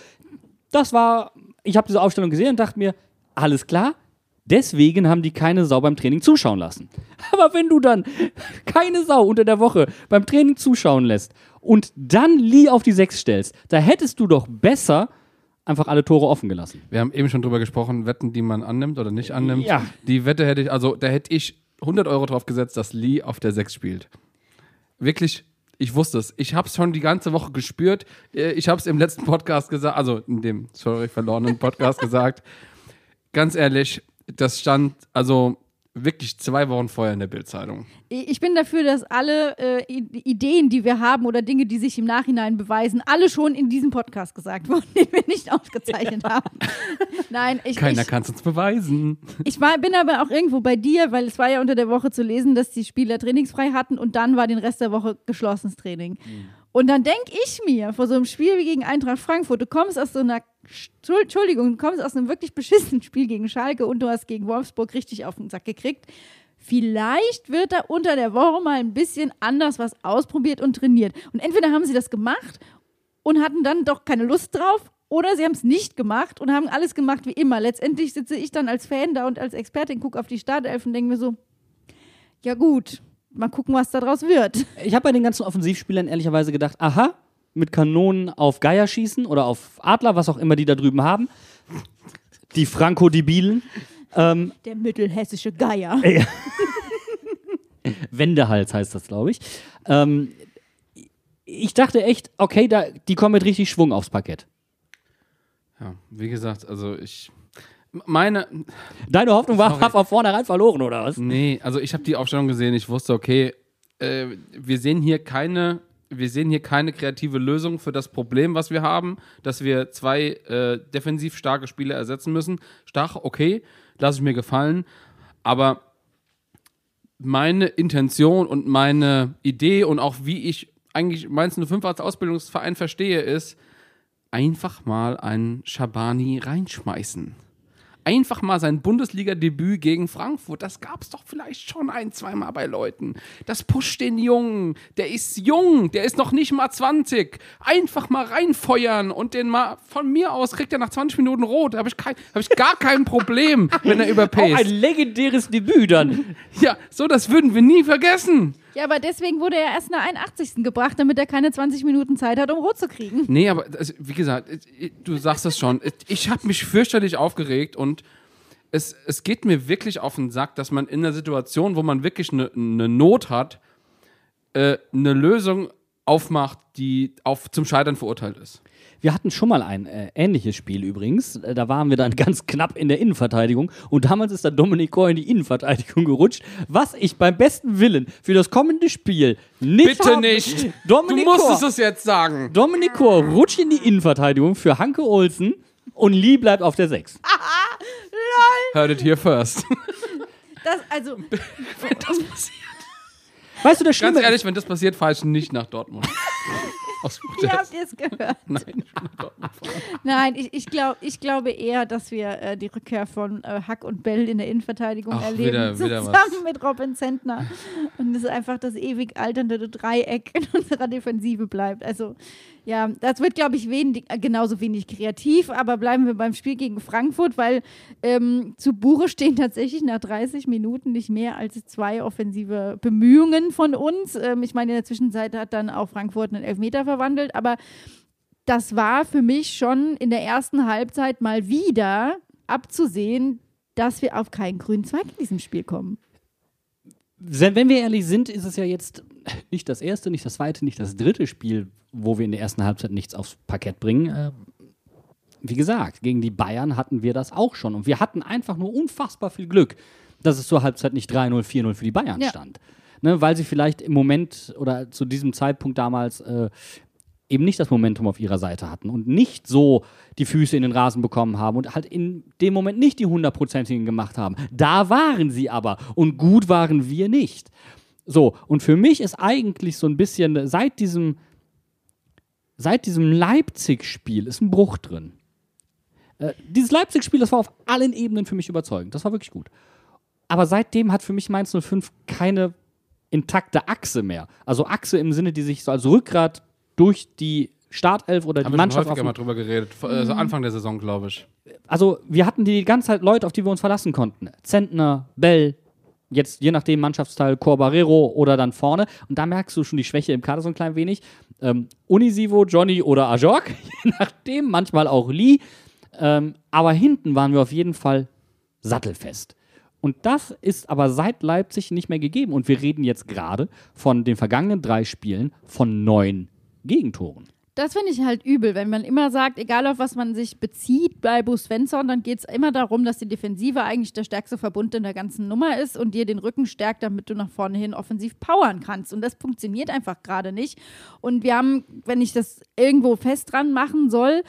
S3: ich habe diese Aufstellung gesehen und dachte mir, alles klar, deswegen haben die keine Sau beim Training zuschauen lassen. Aber wenn du dann keine Sau unter der Woche beim Training zuschauen lässt und dann Lee auf die 6 stellst, da hättest du doch besser einfach alle Tore offen gelassen.
S4: Wir haben eben schon drüber gesprochen, Wetten, die man annimmt oder nicht annimmt.
S3: Ja.
S4: Die Wette da hätte ich 100 Euro drauf gesetzt, dass Lee auf der 6 spielt. Wirklich, ich wusste es. Ich habe es schon die ganze Woche gespürt. Ich habe es im letzten Podcast gesagt, also in dem, verlorenen Podcast gesagt. Ganz ehrlich, das stand also wirklich 2 Wochen vorher in der Bild-Zeitung.
S2: Ich bin dafür, dass alle Ideen, die wir haben oder Dinge, die sich im Nachhinein beweisen, alle schon in diesem Podcast gesagt wurden, den wir nicht aufgezeichnet haben. Nein,
S4: Keiner kann es uns beweisen.
S2: bin aber auch irgendwo bei dir, weil es war ja unter der Woche zu lesen, dass die Spieler trainingsfrei hatten und dann war den Rest der Woche geschlossenes Training. Und dann denke ich mir, vor so einem Spiel wie gegen Eintracht Frankfurt, du kommst aus so einer, du kommst aus einem wirklich beschissenen Spiel gegen Schalke und du hast gegen Wolfsburg richtig auf den Sack gekriegt. Vielleicht wird da unter der Woche mal ein bisschen anders was ausprobiert und trainiert. Und entweder haben sie das gemacht und hatten dann doch keine Lust drauf, oder sie haben es nicht gemacht und haben alles gemacht wie immer. Letztendlich sitze ich dann als Fan da und als Expertin, gucke auf die Startelf und denke mir so, ja gut, mal gucken, was daraus wird.
S3: Ich habe bei den ganzen Offensivspielern ehrlicherweise gedacht, aha, mit Kanonen auf Geier schießen oder auf Adler, was auch immer die da drüben haben. Die Franco-Debilen.
S2: Der mittelhessische Geier.
S3: Wendehals heißt das, glaube ich. Ich dachte echt, okay, die kommen mit richtig Schwung aufs Parkett.
S4: Ja, wie gesagt, also
S3: Deine Hoffnung war von vornherein verloren, oder was?
S4: Nee, also ich habe die Aufstellung gesehen, ich wusste, okay, wir sehen hier keine kreative Lösung für das Problem, was wir haben, dass wir 2 defensiv starke Spieler ersetzen müssen. Stach, okay, lasse ich mir gefallen, aber meine Intention und meine Idee und auch wie ich eigentlich Mainz 05 als Ausbildungsverein verstehe, ist, einfach mal einen Schabani reinschmeißen. Einfach mal sein Bundesliga-Debüt gegen Frankfurt, das gab es doch vielleicht schon 1-2 Mal bei Leuten. Das pusht den Jungen, der ist jung, der ist noch nicht mal 20. Einfach mal reinfeuern und den mal, von mir aus kriegt er nach 20 Minuten rot. Da habe ich gar kein Problem, wenn er überpaced.
S3: Auch ein legendäres Debüt dann.
S4: Ja, so, das würden wir nie vergessen.
S2: Ja, aber deswegen wurde er erst in der 81. gebracht, damit er keine 20 Minuten Zeit hat, um rot zu kriegen.
S4: Nee, aber also, wie gesagt, du sagst es schon. Ich habe mich fürchterlich aufgeregt und es geht mir wirklich auf den Sack, dass man in einer Situation, wo man wirklich eine Not hat, eine Lösung aufmacht, die zum Scheitern verurteilt ist.
S3: Wir hatten schon mal ein ähnliches Spiel übrigens. Da waren wir dann ganz knapp in der Innenverteidigung und damals ist dann Dominik Kor in die Innenverteidigung gerutscht, was ich beim besten Willen für das kommende Spiel nicht
S4: Bitte nicht!
S3: Dominik
S4: Du musstest
S3: Kor,
S4: es jetzt sagen!
S3: Dominik Kor rutscht in die Innenverteidigung für Hanke Olsen und Lee bleibt auf der 6.
S4: Heard it here first.
S2: Wenn
S4: das passiert.
S3: Weißt du, das Schlimme
S4: Ganz ehrlich, wenn das passiert, fahre ich nicht nach Dortmund.
S2: Wie habt ihr es gehört?
S4: Nein,
S2: Nein, ich glaube eher, dass wir die Rückkehr von Hack und Bell in der Innenverteidigung erleben.
S4: Wieder
S2: zusammen
S4: was.
S2: mit Robin Zentner. Und es ist einfach das ewig alternde Dreieck in unserer Defensive bleibt. Also, ja, das wird, glaube ich, genauso wenig kreativ, aber bleiben wir beim Spiel gegen Frankfurt, weil zu Buche stehen tatsächlich nach 30 Minuten nicht mehr als 2 offensive Bemühungen von uns. Ich meine, in der Zwischenzeit hat dann auch Frankfurt einen Elfmeter verwandelt, aber das war für mich schon in der ersten Halbzeit mal wieder abzusehen, dass wir auf keinen grünen Zweig in diesem Spiel kommen.
S3: Wenn wir ehrlich sind, ist es ja jetzt nicht das erste, nicht das zweite, nicht das dritte Spiel, wo wir in der ersten Halbzeit nichts aufs Parkett bringen. Wie gesagt, gegen die Bayern hatten wir das auch schon. Und wir hatten einfach nur unfassbar viel Glück, dass es zur Halbzeit nicht 3-0, 4-0 für die Bayern stand. Ne, weil sie vielleicht im Moment oder zu diesem Zeitpunkt damals eben nicht das Momentum auf ihrer Seite hatten und nicht so die Füße in den Rasen bekommen haben und halt in dem Moment nicht die 100%igen gemacht haben. Da waren sie aber und gut waren wir nicht. So, und für mich ist eigentlich so ein bisschen seit diesem Leipzig-Spiel ist ein Bruch drin. Dieses Leipzig-Spiel, das war auf allen Ebenen für mich überzeugend. Das war wirklich gut. Aber seitdem hat für mich Mainz 05 keine intakte Achse mehr. Also Achse im Sinne, die sich so als Rückgrat durch die Startelf oder die Mannschaft...
S4: Haben wir mal drüber geredet. Also Anfang der Saison, glaube ich.
S3: Also wir hatten die ganze Zeit Leute, auf die wir uns verlassen konnten. Zentner, Bell, jetzt je nachdem Mannschaftsteil Corbarero oder dann vorne. Und da merkst du schon die Schwäche im Kader so ein klein wenig. Unisivo, Johnny oder Ajorg, je nachdem, manchmal auch Lee. Aber hinten waren wir auf jeden Fall sattelfest. Und das ist aber seit Leipzig nicht mehr gegeben. Und wir reden jetzt gerade von den vergangenen 3 Spielen von 9 Gegentoren.
S2: Das finde ich halt übel, wenn man immer sagt, egal auf was man sich bezieht bei Bo Svensson, dann geht es immer darum, dass die Defensive eigentlich der stärkste Verbund in der ganzen Nummer ist und dir den Rücken stärkt, damit du nach vorne hin offensiv powern kannst. Und das funktioniert einfach gerade nicht. Und wir haben, wenn ich das irgendwo fest dran machen soll,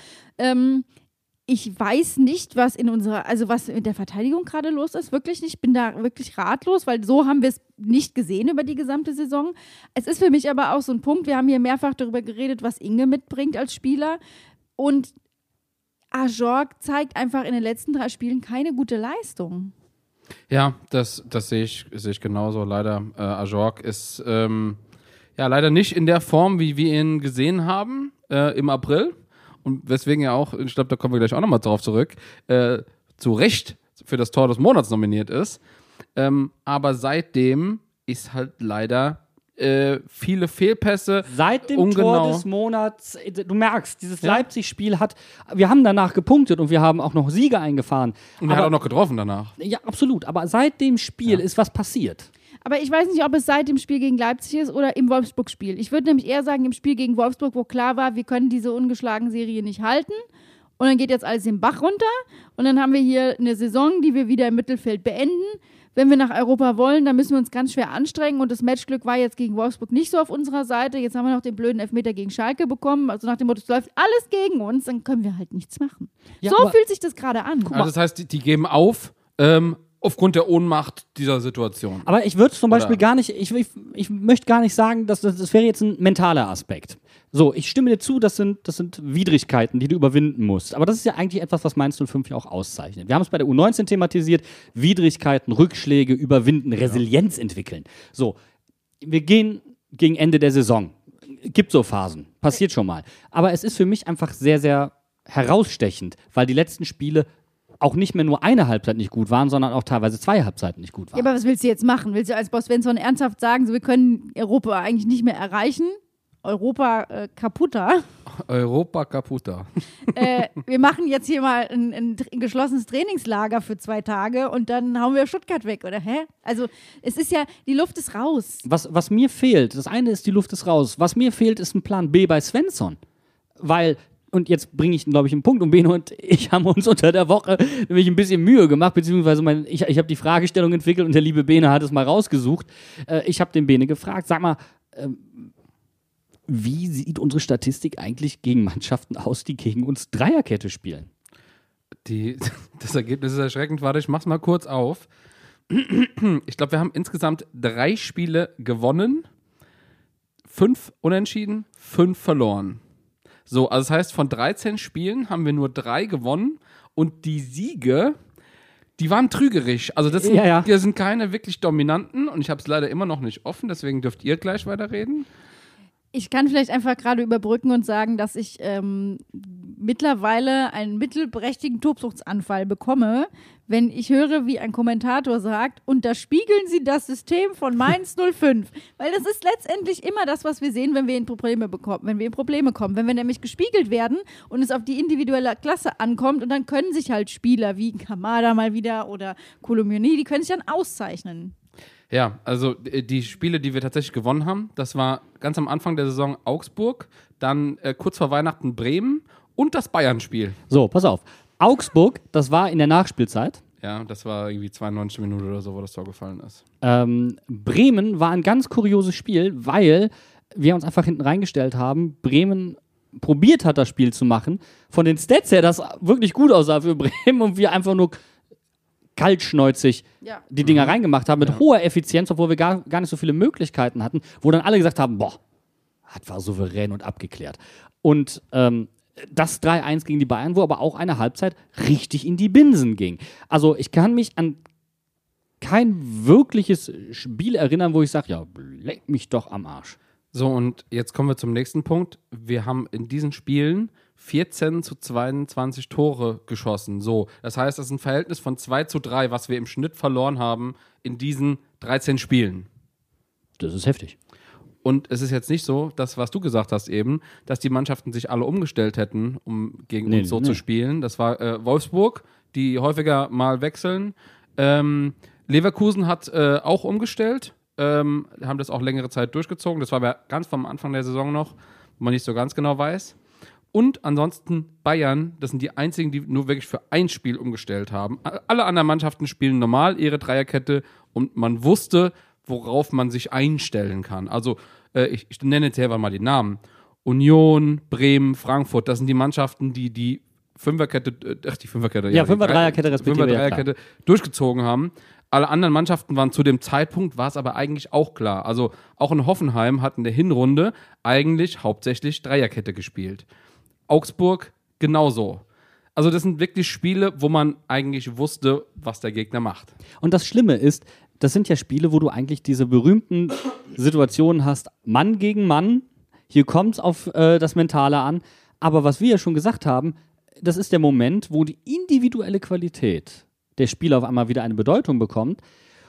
S2: ich weiß nicht, was mit der Verteidigung gerade los ist, wirklich nicht. Ich bin da wirklich ratlos, weil so haben wir es nicht gesehen über die gesamte Saison. Es ist für mich aber auch so ein Punkt, wir haben hier mehrfach darüber geredet, was Inge mitbringt als Spieler und Ajorg zeigt einfach in den letzten 3 Spielen keine gute Leistung.
S4: Ja, das sehe ich genauso. Leider, Ajorg ist leider nicht in der Form, wie wir ihn gesehen haben im April. Und weswegen er auch, ich glaube, da kommen wir gleich auch nochmal drauf zurück, zu Recht für das Tor des Monats nominiert ist. Aber seitdem ist halt leider viele Fehlpässe.
S3: Seit dem Tor des Monats, du merkst, dieses Leipzig-Spiel wir haben danach gepunktet und wir haben auch noch Siege eingefahren.
S4: Und er hat auch noch getroffen danach.
S3: Ja, absolut. Aber seit dem Spiel ist was passiert.
S2: Aber ich weiß nicht, ob es seit dem Spiel gegen Leipzig ist oder im Wolfsburg-Spiel. Ich würde nämlich eher sagen, im Spiel gegen Wolfsburg, wo klar war, wir können diese ungeschlagene Serie nicht halten. und dann geht jetzt alles den Bach runter und dann haben wir hier eine Saison, die wir wieder im Mittelfeld beenden. Wenn wir nach Europa wollen, dann müssen wir uns ganz schwer anstrengen und das Matchglück war jetzt gegen Wolfsburg nicht so auf unserer Seite. Jetzt haben wir noch den blöden Elfmeter gegen Schalke bekommen, also nach dem Motto, es läuft alles gegen uns, dann können wir halt nichts machen.
S3: Ja,
S2: so fühlt sich das gerade an.
S4: Also das heißt, die geben auf, aufgrund der Ohnmacht dieser Situation.
S3: Aber ich würde zum Beispiel gar nicht, ich möchte gar nicht sagen, dass das wäre jetzt ein mentaler Aspekt. So, ich stimme dir zu, das sind Widrigkeiten, die du überwinden musst. Aber das ist ja eigentlich etwas, was Mainz 05 ja auch auszeichnet. Wir haben es bei der U19 thematisiert, Widrigkeiten, Rückschläge überwinden, Resilienz entwickeln. So, wir gehen gegen Ende der Saison. Gibt so Phasen, passiert schon mal. Aber es ist für mich einfach sehr, sehr herausstechend, weil die letzten Spiele auch nicht mehr nur eine Halbzeit nicht gut waren, sondern auch teilweise 2 Halbzeiten nicht gut waren.
S2: Ja, aber was willst du jetzt machen? Willst du als Boss Svensson ernsthaft sagen, so, wir können Europa eigentlich nicht mehr erreichen? Europa kaputter.
S4: Europa kaputter.
S2: Wir machen jetzt hier mal ein geschlossenes Trainingslager für 2 Tage und dann hauen wir Stuttgart weg, oder? Hä? Also es ist ja, die Luft ist raus.
S3: Was mir fehlt, das eine ist, die Luft ist raus. Was mir fehlt, ist ein Plan B bei Svensson. Weil, und jetzt bringe ich, glaube ich, einen Punkt, und Bene und ich haben uns unter der Woche nämlich ein bisschen Mühe gemacht, beziehungsweise ich habe die Fragestellung entwickelt und der liebe Bene hat es mal rausgesucht. Ich habe den Bene gefragt, sag mal, wie sieht unsere Statistik eigentlich gegen Mannschaften aus, die gegen uns Dreierkette spielen?
S4: Das Ergebnis ist erschreckend. Warte, ich mach's mal kurz auf. Ich glaube, wir haben insgesamt 3 Spiele gewonnen, 5 unentschieden, 5 verloren. So, also das heißt, von 13 Spielen haben wir nur 3 gewonnen und die Siege, die waren trügerisch. Also das sind keine wirklich dominanten und ich habe es leider immer noch nicht offen, deswegen dürft ihr gleich weiterreden.
S2: Ich kann vielleicht einfach gerade überbrücken und sagen, dass ich mittlerweile einen mittelprächtigen Tobsuchtsanfall bekomme, wenn ich höre, wie ein Kommentator sagt, unterspiegeln Sie das System von Mainz 05. Weil das ist letztendlich immer das, was wir sehen, wenn wir in Probleme kommen. Wenn wir nämlich gespiegelt werden und es auf die individuelle Klasse ankommt und dann können sich halt Spieler wie Kamada mal wieder oder Kolomioni, die können sich dann auszeichnen.
S4: Ja, also die Spiele, die wir tatsächlich gewonnen haben, das war ganz am Anfang der Saison Augsburg, dann kurz vor Weihnachten Bremen und das Bayern-Spiel.
S3: So, pass auf. Augsburg, das war in der Nachspielzeit.
S4: Ja, das war irgendwie 92 Minuten oder so, wo das Tor gefallen ist.
S3: Bremen war ein ganz kurioses Spiel, weil wir uns einfach hinten reingestellt haben. Bremen probiert hat, das Spiel zu machen. Von den Stats her, das wirklich gut aussah für Bremen und wir einfach nur kaltschnäuzig die Dinger reingemacht haben, mit hoher Effizienz, obwohl wir gar nicht so viele Möglichkeiten hatten, wo dann alle gesagt haben, boah, das war souverän und abgeklärt. Und das 3-1 gegen die Bayern, wo aber auch eine Halbzeit richtig in die Binsen ging. Also ich kann mich an kein wirkliches Spiel erinnern, wo ich sage, ja, leck mich doch am Arsch.
S4: So, und jetzt kommen wir zum nächsten Punkt. Wir haben in diesen Spielen 14-22 Tore geschossen. So, das heißt, das ist ein Verhältnis von 2-3, was wir im Schnitt verloren haben in diesen 13 Spielen.
S3: Das ist heftig.
S4: Und es ist jetzt nicht so, dass, was du gesagt hast eben, dass die Mannschaften sich alle umgestellt hätten, um gegen uns zu spielen. Das war Wolfsburg, die häufiger mal wechseln. Leverkusen hat auch umgestellt, haben das auch längere Zeit durchgezogen. Das war ganz vom Anfang der Saison noch, wo man nicht so ganz genau weiß. Und ansonsten Bayern, das sind die einzigen, die nur wirklich für ein Spiel umgestellt haben. Alle anderen Mannschaften spielen normal ihre Dreierkette und man wusste, worauf man sich einstellen kann. Also ich nenne jetzt selber mal die Namen. Union, Bremen, Frankfurt, das sind die Mannschaften, die Fünferkette, die
S3: Fünfer-Dreierkette respektive.
S4: Fünfer-Dreierkette durchgezogen haben. Alle anderen Mannschaften waren zu dem Zeitpunkt, war es aber eigentlich auch klar. Also auch in Hoffenheim hat in der Hinrunde eigentlich hauptsächlich Dreierkette gespielt. Augsburg genauso. Also das sind wirklich Spiele, wo man eigentlich wusste, was der Gegner macht.
S3: Und das Schlimme ist, das sind ja Spiele, wo du eigentlich diese berühmten Situationen hast, Mann gegen Mann, hier kommt es auf das Mentale an, aber was wir ja schon gesagt haben, das ist der Moment, wo die individuelle Qualität der Spieler auf einmal wieder eine Bedeutung bekommt,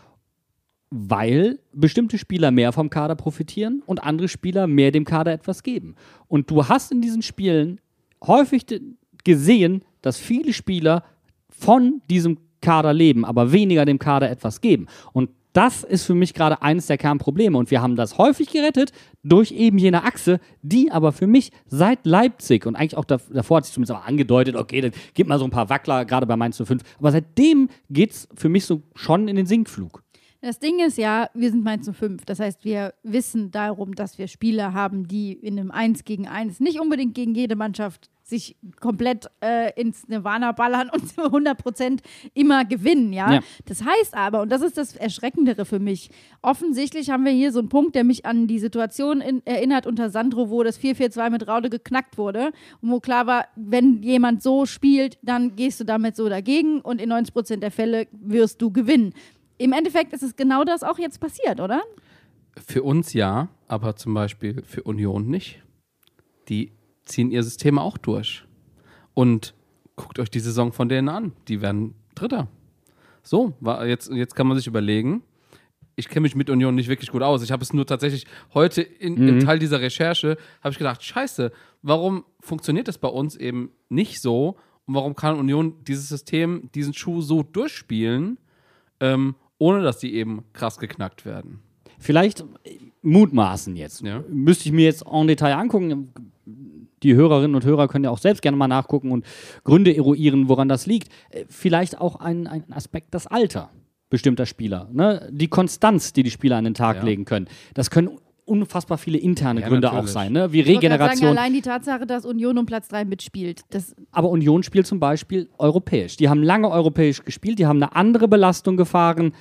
S3: weil bestimmte Spieler mehr vom Kader profitieren und andere Spieler mehr dem Kader etwas geben. Und du hast in diesen Spielen häufig gesehen, dass viele Spieler von diesem Kader leben, aber weniger dem Kader etwas geben. Und das ist für mich gerade eines der Kernprobleme. Und wir haben das häufig gerettet durch eben jene Achse, die aber für mich seit Leipzig und eigentlich auch davor hat sich zumindest auch angedeutet, okay, dann gibt mal so ein paar Wackler, gerade bei Mainz 05. Aber seitdem geht es für mich so schon in den Sinkflug.
S2: Das Ding ist ja, wir sind Mainz 05. Das heißt, wir wissen darum, dass wir Spieler haben, die in einem 1 gegen 1 nicht unbedingt gegen jede Mannschaft sich komplett ins Nirvana ballern und zu 100% immer gewinnen, ja? Das heißt aber, und das ist das Erschreckendere für mich, offensichtlich haben wir hier so einen Punkt, der mich an die Situation erinnert unter Sandro, wo das 4-4-2 mit Raude geknackt wurde und wo klar war, wenn jemand so spielt, dann gehst du damit so dagegen und in 90% der Fälle wirst du gewinnen. Im Endeffekt ist es genau das auch jetzt passiert, oder?
S4: Für uns ja, aber zum Beispiel für Union nicht. Die ziehen ihr System auch durch. Und guckt euch die Saison von denen an. Die werden Dritter. So, jetzt kann man sich überlegen, ich kenne mich mit Union nicht wirklich gut aus. Ich habe es nur tatsächlich heute im Teil dieser Recherche, habe ich gedacht, scheiße, warum funktioniert das bei uns eben nicht so? Und warum kann Union dieses System, diesen Schuh so durchspielen, ohne dass die eben krass geknackt werden?
S3: Vielleicht mutmaßen jetzt.
S4: Ja.
S3: Müsste ich mir jetzt en Detail angucken. Die Hörerinnen und Hörer können ja auch selbst gerne mal nachgucken und Gründe eruieren, woran das liegt. Vielleicht auch ein Aspekt, das Alter bestimmter Spieler. Ne? Die Konstanz, die Spieler an den Tag legen können. Das können unfassbar viele interne Gründe
S4: natürlich
S3: auch sein, ne? Wie
S2: Ich wollte
S3: Regeneration.
S2: sagen, allein die Tatsache, dass Union um Platz 3 mitspielt.
S3: Aber Union spielt zum Beispiel europäisch. Die haben lange europäisch gespielt, die haben eine andere Belastung gefahren.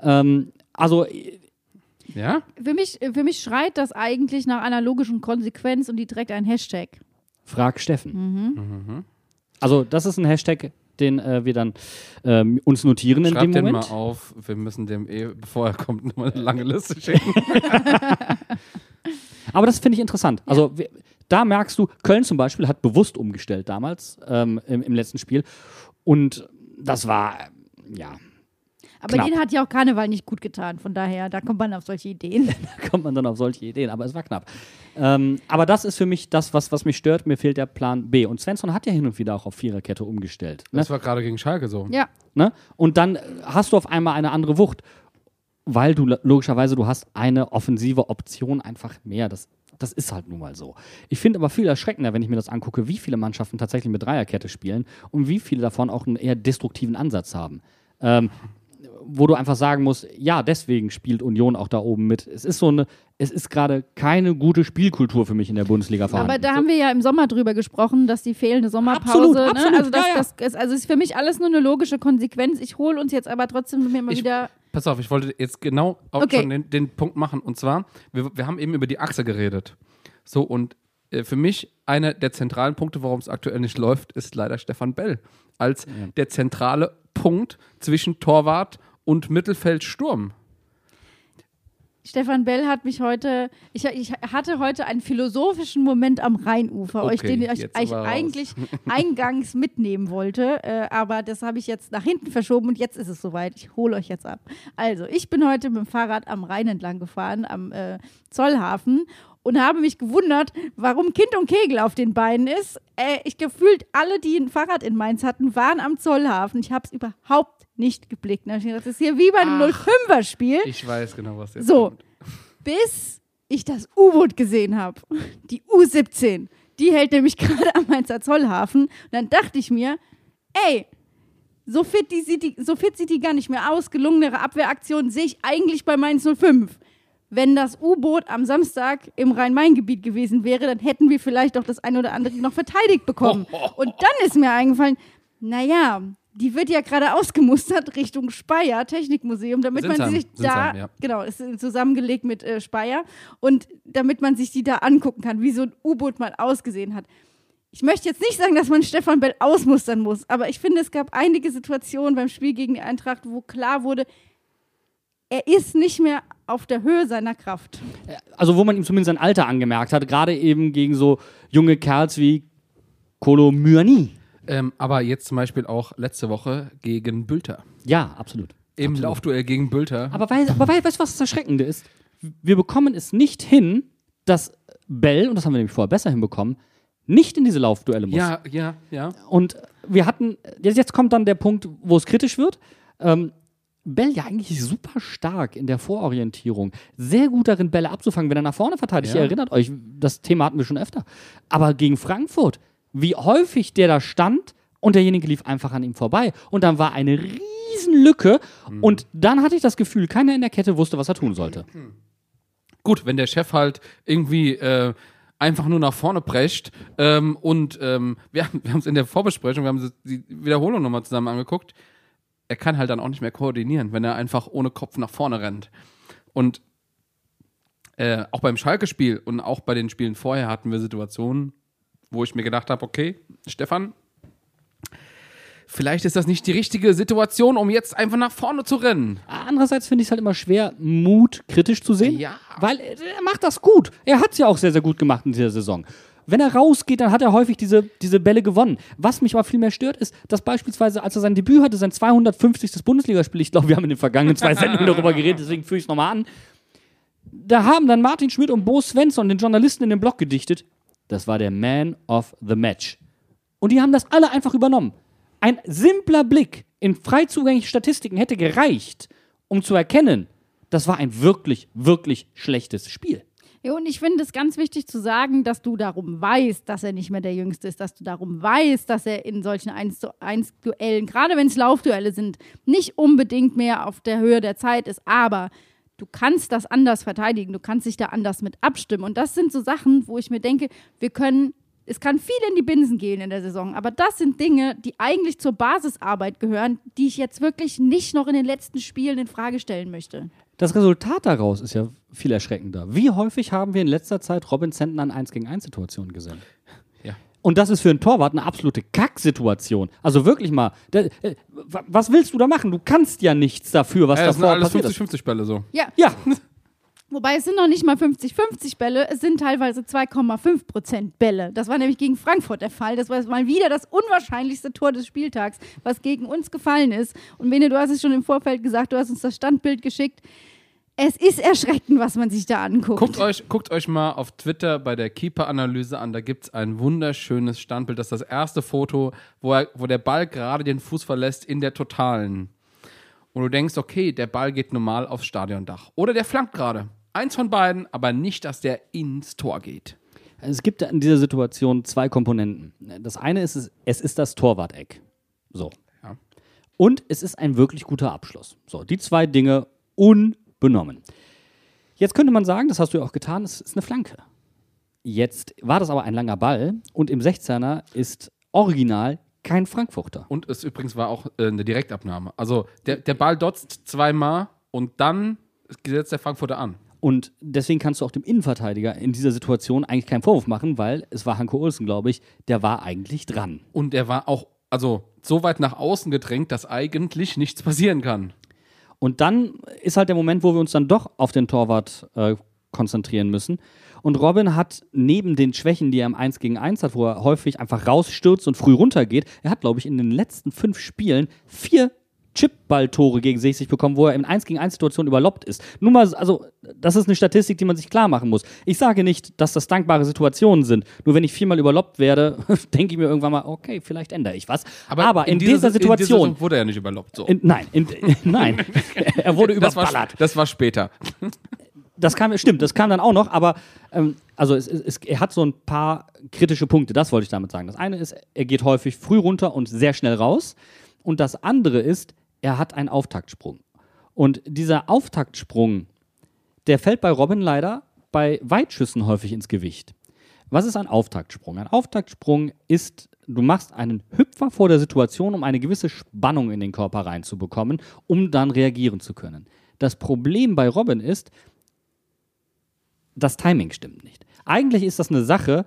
S4: Ja?
S2: Für mich schreit das eigentlich nach einer logischen Konsequenz und die trägt einen Hashtag.
S3: Frag Steffen. Also das ist ein Hashtag, den wir dann uns notieren in
S4: Schreib
S3: dem
S4: den
S3: Moment.
S4: mal auf. Wir müssen dem bevor er kommt, nochmal eine lange Liste schicken.
S3: Aber das finde ich interessant. Also da merkst du, Köln zum Beispiel hat bewusst umgestellt damals im letzten Spiel. Und das war,
S2: Aber
S3: knapp.
S2: denen hat ja auch Karneval nicht gut getan. Von daher, da kommt man auf solche Ideen.
S3: Da kommt man dann auf solche Ideen. Aber es war knapp. Aber das ist für mich das, was mich stört. Mir fehlt der Plan B. Und Svensson hat ja hin und wieder auch auf Viererkette umgestellt. Ne?
S4: Das war gerade gegen Schalke so.
S2: Ja.
S3: Ne? Und dann hast du auf einmal eine andere Wucht. Weil du logischerweise, du hast eine offensive Option einfach mehr. Das ist halt nun mal so. Ich finde aber viel erschreckender, wenn ich mir das angucke, wie viele Mannschaften tatsächlich mit Dreierkette spielen und wie viele davon auch einen eher destruktiven Ansatz haben. Wo du einfach sagen musst, ja, deswegen spielt Union auch da oben mit. Es ist gerade keine gute Spielkultur für mich in der Bundesliga vorhanden.
S2: Aber da haben wir ja im Sommer drüber gesprochen, dass die fehlende Sommerpause,
S3: Absolut,
S2: ne?
S3: absolut,
S2: Also ist für mich alles nur eine logische Konsequenz. Ich hole uns jetzt aber trotzdem mir mal wieder.
S4: Pass auf, ich wollte jetzt genau auch schon den Punkt machen. Und zwar, wir haben eben über die Achse geredet. So, und für mich einer der zentralen Punkte, warum es aktuell nicht läuft, ist leider Stefan Bell. Als der zentrale Punkt zwischen Torwart und Mittelfeldsturm.
S2: Stefan Bell hat mich heute, ich hatte heute einen philosophischen Moment am Rheinufer, den ich euch eigentlich eingangs mitnehmen wollte, aber das habe ich jetzt nach hinten verschoben und jetzt ist es soweit. Ich hole euch jetzt ab. Also, ich bin heute mit dem Fahrrad am Rhein entlang gefahren, am Zollhafen und habe mich gewundert, warum Kind und Kegel auf den Beinen ist. Ich gefühlt, alle, die ein Fahrrad in Mainz hatten, waren am Zollhafen. Ich habe es überhaupt nicht geblickt. Da habe ich gedacht, das ist hier wie bei einem 05er-Spiel.
S4: Ich weiß genau, was jetzt
S2: so,
S4: kommt.
S2: bis ich das U-Boot gesehen habe. Die U17. Die hält nämlich gerade am Mainzer Zollhafen. Und dann dachte ich mir, ey, so fit sieht die gar nicht mehr aus. Gelungenere Abwehraktion sehe ich eigentlich bei Mainz 05. Wenn das U-Boot am Samstag im Rhein-Main-Gebiet gewesen wäre, dann hätten wir vielleicht auch das eine oder andere noch verteidigt bekommen. Und dann ist mir eingefallen, naja, die wird ja gerade ausgemustert Richtung Speyer, Technikmuseum, damit man sich da, genau, ist zusammengelegt mit Speyer und damit man sich die da angucken kann, wie so ein U-Boot mal ausgesehen hat. Ich möchte jetzt nicht sagen, dass man Stefan Bell ausmustern muss, aber ich finde, es gab einige Situationen beim Spiel gegen die Eintracht, wo klar wurde, er ist nicht mehr auf der Höhe seiner Kraft.
S3: Also wo man ihm zumindest sein Alter angemerkt hat, gerade eben gegen so junge Kerls wie Kolo Muani.
S4: Aber jetzt zum Beispiel auch letzte Woche gegen Bülter.
S3: Ja, absolut.
S4: Im Laufduell gegen Bülter.
S3: Aber weißt du, was das Erschreckende ist? Wir bekommen es nicht hin, dass Bell, und das haben wir nämlich vorher besser hinbekommen, nicht in diese Laufduelle muss.
S4: Ja.
S3: Und wir hatten, jetzt kommt dann der Punkt, wo es kritisch wird. Bell ja eigentlich super stark in der Vororientierung. Sehr gut darin, Bälle abzufangen, wenn er nach vorne verteidigt.
S4: Ja.
S3: Ihr erinnert euch, das Thema hatten wir schon öfter. Aber gegen Frankfurt, wie häufig der da stand und derjenige lief einfach an ihm vorbei. Und dann war eine Riesenlücke und dann hatte ich das Gefühl, keiner in der Kette wusste, was er tun sollte.
S4: Gut, wenn der Chef halt irgendwie einfach nur nach vorne prescht wir haben es in der Vorbesprechung, wir haben die Wiederholung nochmal zusammen angeguckt, er kann halt dann auch nicht mehr koordinieren, wenn er einfach ohne Kopf nach vorne rennt. Und auch beim Schalke-Spiel und auch bei den Spielen vorher hatten wir Situationen, wo ich mir gedacht habe, okay, Stefan, vielleicht ist das nicht die richtige Situation, um jetzt einfach nach vorne zu rennen.
S3: Andererseits finde ich es halt immer schwer, Mut kritisch zu sehen,
S4: Ja.
S3: weil er macht das gut. Er hat es ja auch sehr, sehr gut gemacht in dieser Saison. Wenn er rausgeht, dann hat er häufig diese Bälle gewonnen. Was mich aber viel mehr stört, ist, dass beispielsweise, als er sein Debüt hatte, sein 250. Bundesligaspiel, ich glaube, wir haben in den vergangenen 2 Sendungen darüber geredet, deswegen führe ich es nochmal an, da haben dann Martin Schmidt und Bo Svensson den Journalisten in den Blog gedichtet, das war der Man of the Match. Und die haben das alle einfach übernommen. Ein simpler Blick in frei zugängliche Statistiken hätte gereicht, um zu erkennen, das war ein wirklich, wirklich schlechtes Spiel.
S2: Ja, und ich finde es ganz wichtig zu sagen, dass du darum weißt, dass er nicht mehr der Jüngste ist, dass du darum weißt, dass er in solchen 1:1 Duellen, gerade wenn es Laufduelle sind, nicht unbedingt mehr auf der Höhe der Zeit ist, aber du kannst das anders verteidigen, du kannst dich da anders mit abstimmen. Und das sind so Sachen, wo ich mir denke, es kann viel in die Binsen gehen in der Saison, aber das sind Dinge, die eigentlich zur Basisarbeit gehören, die ich jetzt wirklich nicht noch in den letzten Spielen in Frage stellen möchte.
S3: Das Resultat daraus ist ja viel erschreckender. Wie häufig haben wir in letzter Zeit Robin Zentner an 1-gegen-1-Situationen gesehen?
S4: Ja.
S3: Und das ist für einen Torwart eine absolute Kacksituation. Also wirklich mal, was willst du da machen? Du kannst ja nichts dafür, was
S4: Das sind
S3: davor
S4: alles
S3: passiert ist.
S4: 50-50 Bälle so.
S2: Ja,
S3: Ja,
S2: wobei es sind noch nicht mal 50-50 Bälle, es sind teilweise 2,5% Bälle. Das war nämlich gegen Frankfurt der Fall. Das war mal wieder das unwahrscheinlichste Tor des Spieltags, was gegen uns gefallen ist. Und Bene, du hast es schon im Vorfeld gesagt, du hast uns das Standbild geschickt. Es ist erschreckend, was man sich da anguckt.
S4: Guckt euch mal auf Twitter bei der Keeper-Analyse an, da gibt es ein wunderschönes Standbild. Das ist das erste Foto, wo der Ball gerade den Fuß verlässt in der Totalen. Und du denkst, okay, der Ball geht normal aufs Stadiondach. Oder der flankt gerade. Eins von beiden, aber nicht, dass der ins Tor geht.
S3: es gibt in dieser Situation 2 Komponenten. Das eine ist, es ist das Torwart-Eck. So.
S4: Ja.
S3: Und es ist ein wirklich guter Abschluss. So, die 2 Dinge unbenommen. Jetzt könnte man sagen, das hast du ja auch getan, es ist eine Flanke. Jetzt war das aber ein langer Ball und im 16er ist original kein Frankfurter.
S4: Und es übrigens war auch eine Direktabnahme. Also der Ball dotzt 2-mal und dann setzt der Frankfurter an.
S3: Und deswegen kannst du auch dem Innenverteidiger in dieser Situation eigentlich keinen Vorwurf machen, weil es war Hanko Olsen, glaube ich, der war eigentlich dran.
S4: Und er war auch so weit nach außen gedrängt, dass eigentlich nichts passieren kann.
S3: Und dann ist halt der Moment, wo wir uns dann doch auf den Torwart konzentrieren müssen. Und Robin hat neben den Schwächen, die er im 1-gegen-1 hat, wo er häufig einfach rausstürzt und früh runtergeht, er hat, glaube ich, in den letzten 5 Spielen 4 Chipball-Tore gegen sich bekommen, wo er in 1-gegen-1-Situationen überloppt ist. Nur mal, also, das ist eine Statistik, die man sich klar machen muss. Ich sage nicht, dass das dankbare Situationen sind. Nur wenn ich 4-mal überloppt werde, denke ich mir irgendwann mal, okay, vielleicht ändere ich was. Aber in dieser Situation
S4: wurde er nicht überloppt. So.
S3: Nein, er wurde überballert.
S4: Das war später.
S3: Das kam dann auch noch, aber er hat so ein paar kritische Punkte, das wollte ich damit sagen. Das eine ist, er geht häufig früh runter und sehr schnell raus. Und das andere ist, er hat einen Auftaktsprung. Und dieser Auftaktsprung, der fällt bei Robin leider bei Weitschüssen häufig ins Gewicht. Was ist ein Auftaktsprung? Ein Auftaktsprung ist, du machst einen Hüpfer vor der Situation, um eine gewisse Spannung in den Körper reinzubekommen, um dann reagieren zu können. Das Problem bei Robin ist, das Timing stimmt nicht. Eigentlich ist das eine Sache,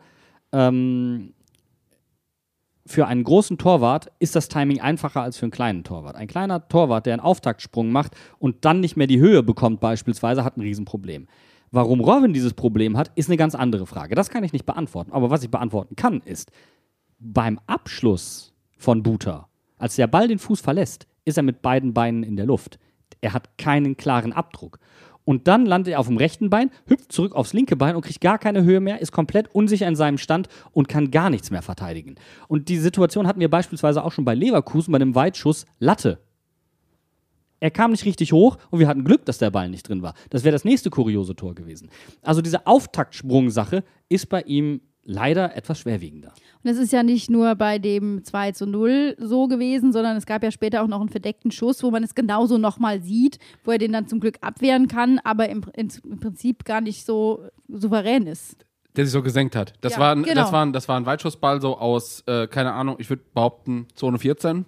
S3: für einen großen Torwart ist das Timing einfacher als für einen kleinen Torwart. Ein kleiner Torwart, der einen Auftaktsprung macht und dann nicht mehr die Höhe bekommt beispielsweise, hat ein Riesenproblem. Warum Robin dieses Problem hat, ist eine ganz andere Frage. Das kann ich nicht beantworten. Aber was ich beantworten kann, ist, beim Abschluss von Buta, als der Ball den Fuß verlässt, ist er mit beiden Beinen in der Luft. Er hat keinen klaren Abdruck. Und dann landet er auf dem rechten Bein, hüpft zurück aufs linke Bein und kriegt gar keine Höhe mehr, ist komplett unsicher in seinem Stand und kann gar nichts mehr verteidigen. Und die Situation hatten wir beispielsweise auch schon bei Leverkusen bei dem Weitschuss Latte. er kam nicht richtig hoch und wir hatten Glück, dass der Ball nicht drin war. Das wäre das nächste kuriose Tor gewesen. Also diese Auftaktsprung-Sache ist bei ihm leider etwas schwerwiegender.
S2: Und es ist ja nicht nur bei dem 2:0 so gewesen, sondern es gab ja später auch noch einen verdeckten Schuss, wo man es genauso nochmal sieht, wo er den dann zum Glück abwehren kann, aber im Prinzip gar nicht so souverän ist.
S4: Der sich so gesenkt hat. Das,
S2: Ja,
S4: war,
S2: genau.
S4: das war ein Weitschussball so aus, keine Ahnung, ich würde behaupten, Zone 14.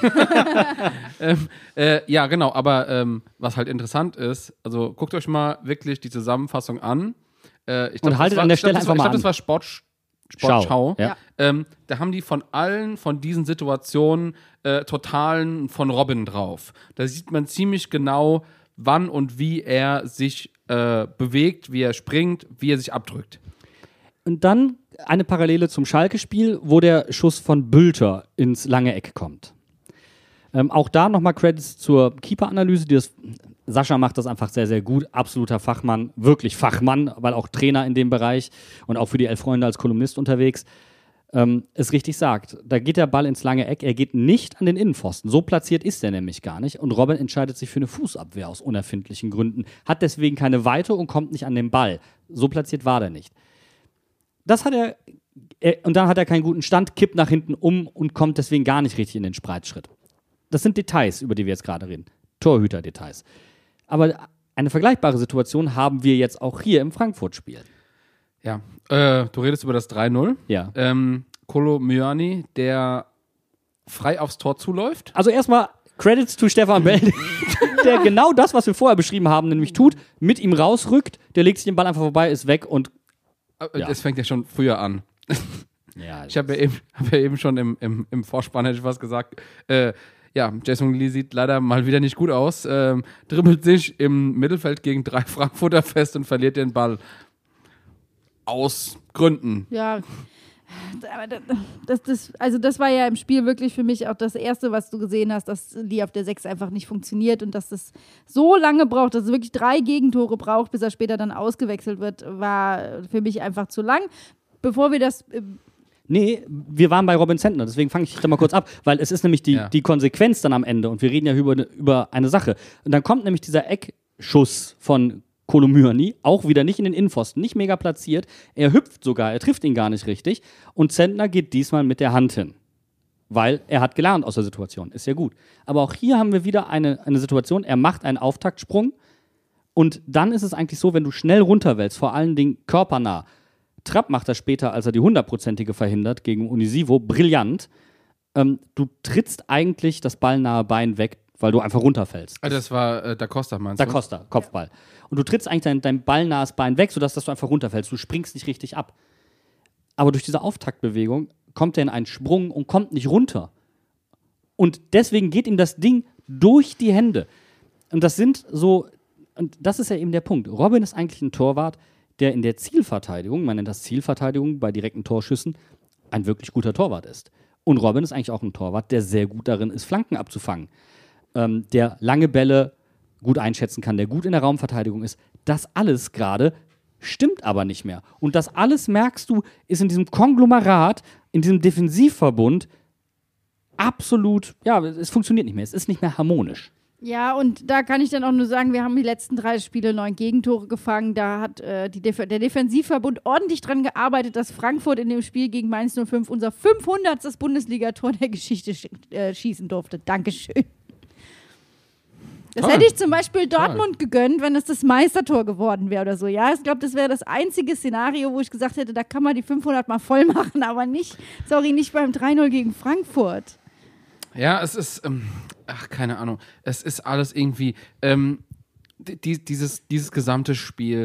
S4: Ja, genau, aber was halt interessant ist, also guckt euch mal wirklich die Zusammenfassung an. Ich glaub,
S3: Und haltet an der Stelle einfach mal an.
S4: Ich glaube, das war Sportschau.
S3: Ja.
S4: Da haben die von allen von diesen Situationen Totalen von Robin drauf. Da sieht man ziemlich genau, wann und wie er sich bewegt, wie er springt, wie er sich abdrückt.
S3: Und dann eine Parallele zum Schalke-Spiel, wo der Schuss von Bülter ins lange Eck kommt. Auch da nochmal Credits zur Keeper-Analyse. Sascha macht das einfach sehr, sehr gut. Absoluter Fachmann, wirklich Fachmann, weil auch Trainer in dem Bereich und auch für die 11 Freunde als Kolumnist unterwegs, es richtig sagt. Da geht der Ball ins lange Eck, er geht nicht an den Innenpfosten. So platziert ist er nämlich gar nicht. Und Robin entscheidet sich für eine Fußabwehr aus unerfindlichen Gründen, hat deswegen keine Weite und kommt nicht an den Ball. So platziert war der nicht. Das hat er, und dann hat er keinen guten Stand, kippt nach hinten um und kommt deswegen gar nicht richtig in den Spreitschritt. Das sind Details, über die wir jetzt gerade reden. Torhüter-Details. Aber eine vergleichbare Situation haben wir jetzt auch hier im Frankfurt-Spiel.
S4: Ja, du redest über das 3:0.
S3: Ja.
S4: Kolo Muani, der frei aufs Tor zuläuft.
S3: Also erstmal Credits to Stefan Bell, der genau das, was wir vorher beschrieben haben, nämlich tut, mit ihm rausrückt, der legt sich den Ball einfach vorbei, ist weg und ja.
S4: Das fängt ja schon früher an.
S3: ja,
S4: Ich habe ja eben schon im Vorspann, hätte ich was gesagt, Jason Lee sieht leider mal wieder nicht gut aus, dribbelt sich im Mittelfeld gegen 3 Frankfurter fest und verliert den Ball. Aus Gründen.
S2: Ja, aber das war ja im Spiel wirklich für mich auch das Erste, was du gesehen hast, dass die auf der 6 einfach nicht funktioniert und dass das so lange braucht, dass es wirklich 3 Gegentore braucht, bis er später dann ausgewechselt wird, war für mich einfach zu lang. Bevor wir das...
S3: Nee, wir waren bei Robin Zentner, deswegen fange ich da mal kurz ab, weil es ist nämlich die Konsequenz dann am Ende und wir reden ja über eine Sache. Und dann kommt nämlich dieser Eckschuss von Kolo Muani, auch wieder nicht in den Innenpfosten, nicht mega platziert. Er hüpft sogar, er trifft ihn gar nicht richtig. Und Zentner geht diesmal mit der Hand hin. Weil er hat gelernt aus der Situation. Ist ja gut. Aber auch hier haben wir wieder eine Situation, er macht einen Auftaktsprung. Und dann ist es eigentlich so, wenn du schnell runterwälzt, vor allen Dingen körpernah. Trapp macht das später, als er die 100%ige verhindert gegen Unisivo, brillant. Du trittst eigentlich das ballnahe Bein weg, weil du einfach runterfällst.
S4: Das war Da Costa, meinst du?
S3: Da Costa, Kopfball. Und du trittst eigentlich dein ballnahes Bein weg, sodass du einfach runterfällst. Du springst nicht richtig ab. Aber durch diese Auftaktbewegung kommt er in einen Sprung und kommt nicht runter. Und deswegen geht ihm das Ding durch die Hände. Und das ist ja eben der Punkt. Robin ist eigentlich ein Torwart, der in der Zielverteidigung, man nennt das Zielverteidigung bei direkten Torschüssen, ein wirklich guter Torwart ist. Und Robin ist eigentlich auch ein Torwart, der sehr gut darin ist, Flanken abzufangen. Der lange Bälle gut einschätzen kann, der gut in der Raumverteidigung ist. Das alles gerade stimmt aber nicht mehr. Und das alles, merkst du, ist in diesem Konglomerat, in diesem Defensivverbund absolut, es funktioniert nicht mehr. Es ist nicht mehr harmonisch.
S2: Ja, und da kann ich dann auch nur sagen, wir haben die letzten 3 Spiele 9 Gegentore gefangen. Da hat der Defensivverbund ordentlich dran gearbeitet, dass Frankfurt in dem Spiel gegen Mainz 05 unser 500. Bundesligator der Geschichte schießen durfte. Dankeschön. Das hätte ich zum Beispiel Dortmund gegönnt, wenn es das Meistertor geworden wäre oder so. Ja, ich glaube, das wäre das einzige Szenario, wo ich gesagt hätte, da kann man die 500 mal voll machen, aber nicht beim 3:0 gegen Frankfurt.
S4: Ja, es ist, keine Ahnung, es ist alles irgendwie, dieses gesamte Spiel,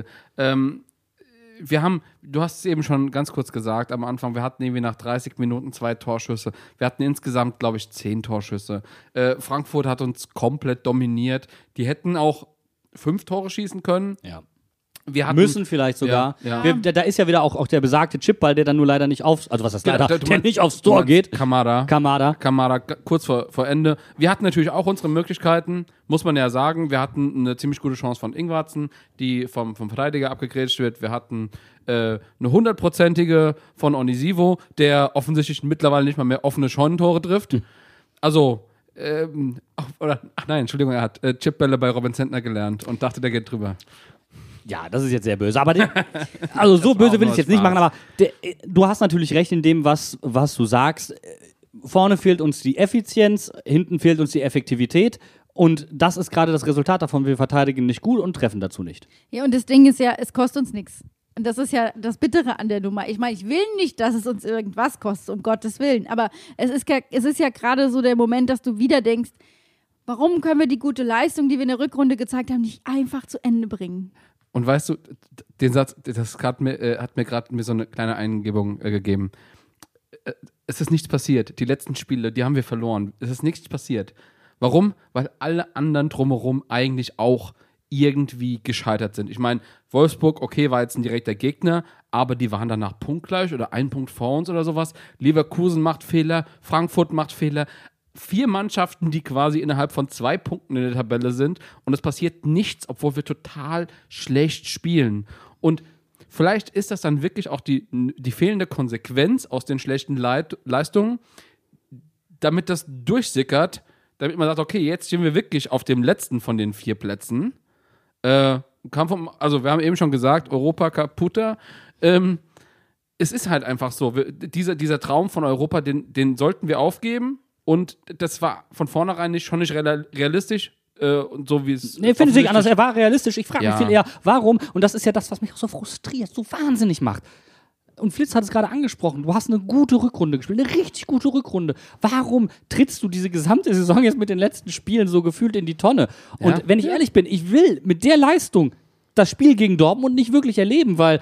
S4: du hast es eben schon ganz kurz gesagt am Anfang, wir hatten irgendwie nach 30 Minuten 2 Torschüsse. Wir hatten insgesamt, glaube ich, 10 Torschüsse. Frankfurt hat uns komplett dominiert. Die hätten auch 5 Tore schießen können.
S3: Ja.
S4: Müssen
S3: vielleicht sogar.
S4: Ja.
S3: Da ist ja wieder auch der besagte Chipball, der dann nur leider nicht der nicht aufs Tor geht.
S4: Kamada, kurz vor Ende. Wir hatten natürlich auch unsere Möglichkeiten, muss man ja sagen. Wir hatten eine ziemlich gute Chance von Ingwarzen, die vom Verteidiger abgegrätscht wird. Wir hatten eine 100%ige von Onisivo, der offensichtlich mittlerweile nicht mal mehr offene Scheunentore trifft. Also Entschuldigung, er hat Chipbälle bei Robin Zentner gelernt und dachte, der geht drüber.
S3: Ja, das ist jetzt sehr böse. Aber also so böse will ich es jetzt nicht machen, aber du hast natürlich recht in dem, was du sagst. Vorne fehlt uns die Effizienz, hinten fehlt uns die Effektivität. Und das ist gerade das Resultat davon. Wir verteidigen nicht gut und treffen dazu nicht.
S2: Ja, und das Ding ist ja, es kostet uns nichts. Und das ist ja das Bittere an der Nummer. Ich meine, ich will nicht, dass es uns irgendwas kostet, um Gottes Willen. Aber es ist ja gerade so der Moment, dass du wieder denkst, warum können wir die gute Leistung, die wir in der Rückrunde gezeigt haben, nicht einfach zu Ende bringen?
S4: Und weißt du, den Satz, das hat mir gerade so eine kleine Eingebung gegeben. Es ist nichts passiert. Die letzten Spiele, die haben wir verloren. Es ist nichts passiert. Warum? Weil alle anderen drumherum eigentlich auch irgendwie gescheitert sind. Ich meine, Wolfsburg, okay, war jetzt ein direkter Gegner, aber die waren danach punktgleich oder 1 Punkt vor uns oder sowas. Leverkusen macht Fehler, Frankfurt macht Fehler. 4 Mannschaften, die quasi innerhalb von 2 Punkten in der Tabelle sind und es passiert nichts, obwohl wir total schlecht spielen. Und vielleicht ist das dann wirklich auch die fehlende Konsequenz aus den schlechten Leistungen, damit das durchsickert, damit man sagt, okay, jetzt stehen wir wirklich auf dem letzten von den 4 Plätzen. Wir haben eben schon gesagt, Europa kaputter. Es ist halt einfach so, dieser Traum von Europa, den sollten wir aufgeben. Und das war von vornherein schon nicht realistisch. Und so wie es.
S3: Nee, finde ich nicht anders. Er war realistisch. Ich frage mich viel eher, warum? Und das ist ja das, was mich auch so frustriert, so wahnsinnig macht. Und Flitz hat es gerade angesprochen. Du hast eine gute Rückrunde gespielt, eine richtig gute Rückrunde. Warum trittst du diese gesamte Saison jetzt mit den letzten Spielen so gefühlt in die Tonne? Und wenn ich ehrlich bin, ich will mit der Leistung das Spiel gegen Dortmund nicht wirklich erleben, weil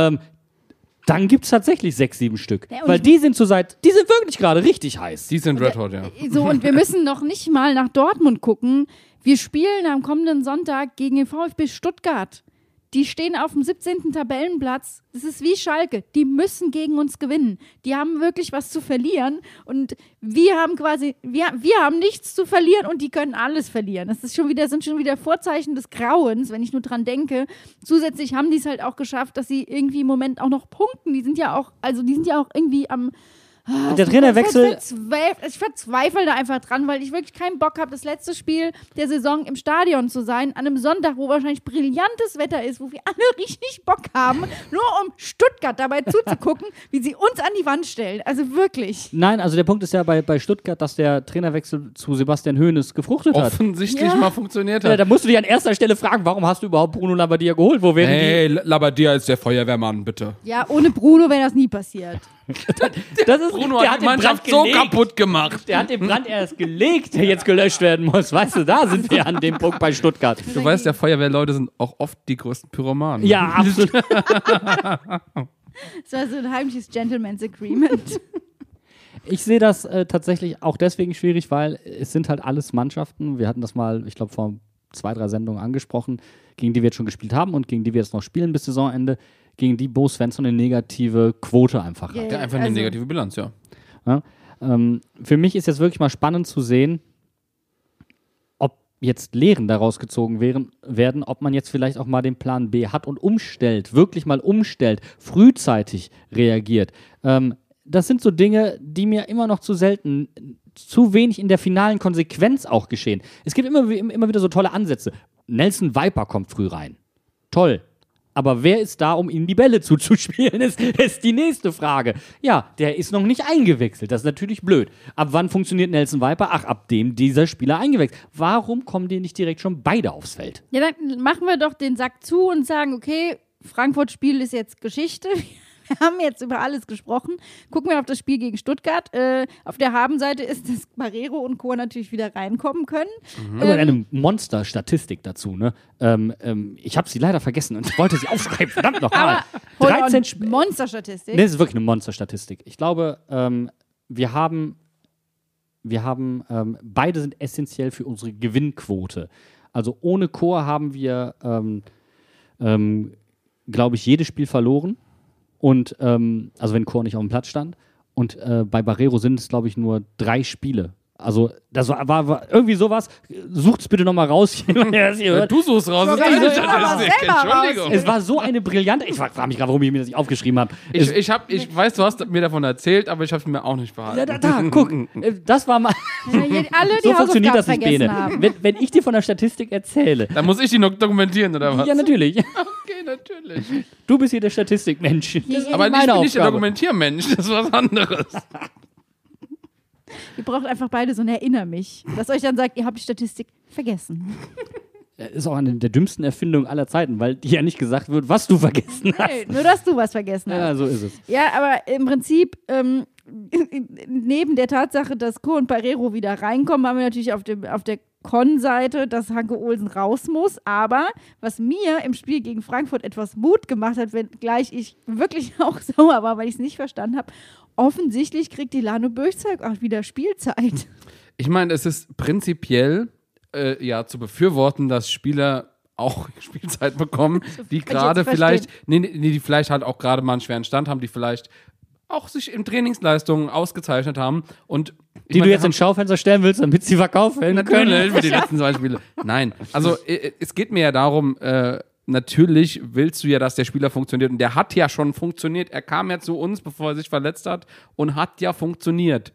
S3: dann gibt es tatsächlich 6, 7 Stück. Ja, weil die sind wirklich gerade richtig heiß.
S4: Die sind red hot, ja.
S2: So, und wir müssen noch nicht mal nach Dortmund gucken. Wir spielen am kommenden Sonntag gegen den VfB Stuttgart. Die stehen auf dem 17. Tabellenplatz. Das ist wie Schalke. Die müssen gegen uns gewinnen. Die haben wirklich was zu verlieren. Und wir haben nichts zu verlieren und die können alles verlieren. Das ist sind schon wieder Vorzeichen des Grauens, wenn ich nur dran denke. Zusätzlich haben die es halt auch geschafft, dass sie irgendwie im Moment auch noch punkten. Die sind ja auch irgendwie am...
S3: Der Trainerwechsel.
S2: Ich verzweifle da einfach dran, weil ich wirklich keinen Bock habe, das letzte Spiel der Saison im Stadion zu sein, an einem Sonntag, wo wahrscheinlich brillantes Wetter ist, wo wir alle richtig Bock haben, nur um Stuttgart dabei zuzugucken, wie sie uns an die Wand stellen. Also wirklich.
S3: Nein, also der Punkt ist ja bei Stuttgart, dass der Trainerwechsel zu Sebastian Hoeneß gefruchtet hat.
S4: Offensichtlich mal funktioniert hat.
S3: Da musst du dich an erster Stelle fragen, warum hast du überhaupt Bruno Labbadia geholt?
S4: Labbadia ist der Feuerwehrmann, bitte.
S2: Ja, ohne Bruno wäre das nie passiert.
S4: Bruno hat die Mannschaft so kaputt gemacht.
S3: Der hat den Brand erst gelegt, der jetzt gelöscht werden muss. Weißt du, da sind wir an dem Punkt bei Stuttgart.
S4: Du weißt, der Feuerwehrleute sind auch oft die größten Pyromanen.
S3: Ja, absolut.
S2: Das war so ein heimliches Gentleman's Agreement.
S3: Ich sehe das tatsächlich auch deswegen schwierig, weil es sind halt alles Mannschaften. Wir hatten das mal, ich glaube, vor 2, 3 Sendungen angesprochen, gegen die wir jetzt schon gespielt haben und gegen die wir jetzt noch spielen bis Saisonende, gegen die Bo Svensson eine negative Quote einfach hat.
S4: Ja, einfach eine negative Bilanz, ja.
S3: Für mich ist jetzt wirklich mal spannend zu sehen, ob jetzt Lehren daraus gezogen werden, ob man jetzt vielleicht auch mal den Plan B hat und wirklich mal umstellt, frühzeitig reagiert. Das sind so Dinge, die mir immer noch zu wenig in der finalen Konsequenz auch geschehen. Es gibt immer wieder so tolle Ansätze. Nelson Viper kommt früh rein. Toll. Aber wer ist da, um ihm die Bälle zuzuspielen, ist die nächste Frage. Ja, der ist noch nicht eingewechselt. Das ist natürlich blöd. Ab wann funktioniert Nelson Viper? Ach, ab dem dieser Spieler eingewechselt. Warum kommen die nicht direkt schon beide aufs Feld?
S2: Ja, dann machen wir doch den Sack zu und sagen, okay, Frankfurt-Spiel ist jetzt Geschichte. Wir haben jetzt über alles gesprochen. Gucken wir auf das Spiel gegen Stuttgart. Auf der Habenseite ist, dass Barreiro und Co. natürlich wieder reinkommen können.
S3: Eine Monster-Statistik dazu. Ne? Ich habe sie leider vergessen und wollte sie aufschreiben. Verdammt nochmal. 13
S2: Monster-Statistik?
S3: Nee, das ist wirklich eine Monster-Statistik. Ich glaube, wir haben beide sind essentiell für unsere Gewinnquote. Also ohne Chor haben wir, glaube ich, jedes Spiel verloren. Und also wenn Chor nicht auf dem Platz stand. Und bei Barreiro sind es, glaube ich, nur 3 Spiele, Also, das war irgendwie sowas. Sucht's bitte nochmal raus.
S4: Du suchst raus. Das ist
S2: Ja,
S4: deine
S2: ich such aber
S4: Statistik.
S2: selber raus.
S4: Entschuldigung.
S3: Es war so eine brillante. Ich frage mich gerade, warum ich mir das nicht aufgeschrieben habe.
S4: Ich weiß, du hast mir davon erzählt, aber ich habe es mir auch nicht behalten.
S3: Ja, da, guck. Das war mal.
S2: Alle, die
S3: So funktioniert das
S2: Hausaufgaben
S3: nicht, Bene.
S2: vergessen haben.
S3: Wenn ich dir von der Statistik erzähle.
S4: Da muss ich die noch dokumentieren, oder was?
S3: Ja, natürlich.
S4: Okay, natürlich.
S3: Du bist hier der Statistikmensch. Das ist
S4: Aber ich
S3: meine
S4: bin nicht der
S3: Aufgabe.
S4: Dokumentiermensch, das ist was anderes.
S2: Ihr braucht einfach beide so ein Erinner mich, das euch dann sagt, ihr habt die Statistik vergessen.
S3: Ist auch eine der dümmsten Erfindungen aller Zeiten, weil dir ja nicht gesagt wird, was du vergessen hast.
S2: Hey, nur, dass du was vergessen hast.
S3: Ja, so ist es.
S2: Ja, aber im Prinzip, neben der Tatsache, dass Co und Barrero wieder reinkommen, haben wir natürlich auf der Con-Seite, dass Hanke Olsen raus muss. Aber was mir im Spiel gegen Frankfurt etwas Mut gemacht hat, wenngleich ich wirklich auch sauer war, weil ich es nicht verstanden habe, offensichtlich kriegt die Lano Böchzeug auch wieder Spielzeit.
S4: Ich meine, es ist prinzipiell zu befürworten, dass Spieler auch Spielzeit bekommen, die gerade vielleicht, die vielleicht halt auch gerade mal einen schweren Stand haben, die vielleicht auch sich in Trainingsleistungen ausgezeichnet haben und
S3: Die du jetzt ins Schaufenster stellen willst, damit sie verkauft werden können.
S4: natürlich für die letzten 2 Spiele. Nein, also es geht mir ja darum, natürlich willst du ja, dass der Spieler funktioniert und der hat ja schon funktioniert. Er kam ja zu uns, bevor er sich verletzt hat und hat ja funktioniert.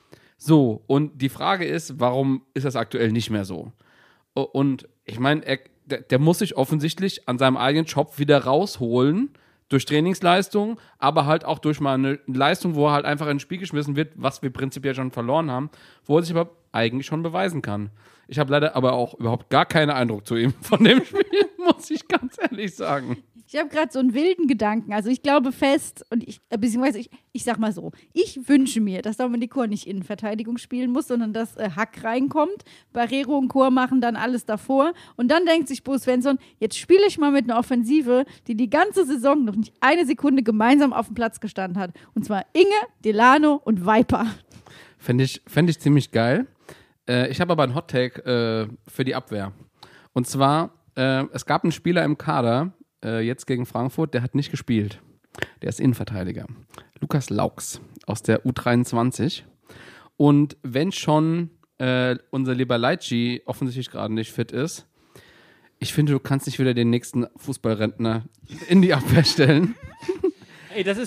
S4: So, und die Frage ist, warum ist das aktuell nicht mehr so? Und ich meine, der muss sich offensichtlich an seinem eigenen Job wieder rausholen, durch Trainingsleistung, aber halt auch durch mal eine Leistung, wo er halt einfach ins Spiel geschmissen wird, was wir prinzipiell schon verloren haben, wo er sich aber eigentlich schon beweisen kann. Ich habe leider aber auch überhaupt gar keinen Eindruck zu ihm von dem Spiel, muss ich ganz ehrlich sagen.
S2: Ich habe gerade so einen wilden Gedanken. Also ich glaube fest, und beziehungsweise ich sag mal so, ich wünsche mir, dass Dominik Kor nicht Innenverteidigung spielen muss, sondern dass Hack reinkommt, Barrero und Kor machen dann alles davor und dann denkt sich Bo Svensson, jetzt spiele ich mal mit einer Offensive, die ganze Saison noch nicht eine Sekunde gemeinsam auf dem Platz gestanden hat. Und zwar Inge, Delano und Viper.
S4: Fänd ich ziemlich geil. Ich habe aber einen Hot-Take für die Abwehr. Und zwar, es gab einen Spieler im Kader, jetzt gegen Frankfurt, der hat nicht gespielt. Der ist Innenverteidiger. Lukas Laux aus der U23. Und wenn schon unser lieber Leitchi offensichtlich gerade nicht fit ist, ich finde, du kannst nicht wieder den nächsten Fußballrentner in die Abwehr stellen.
S3: Ey, das ist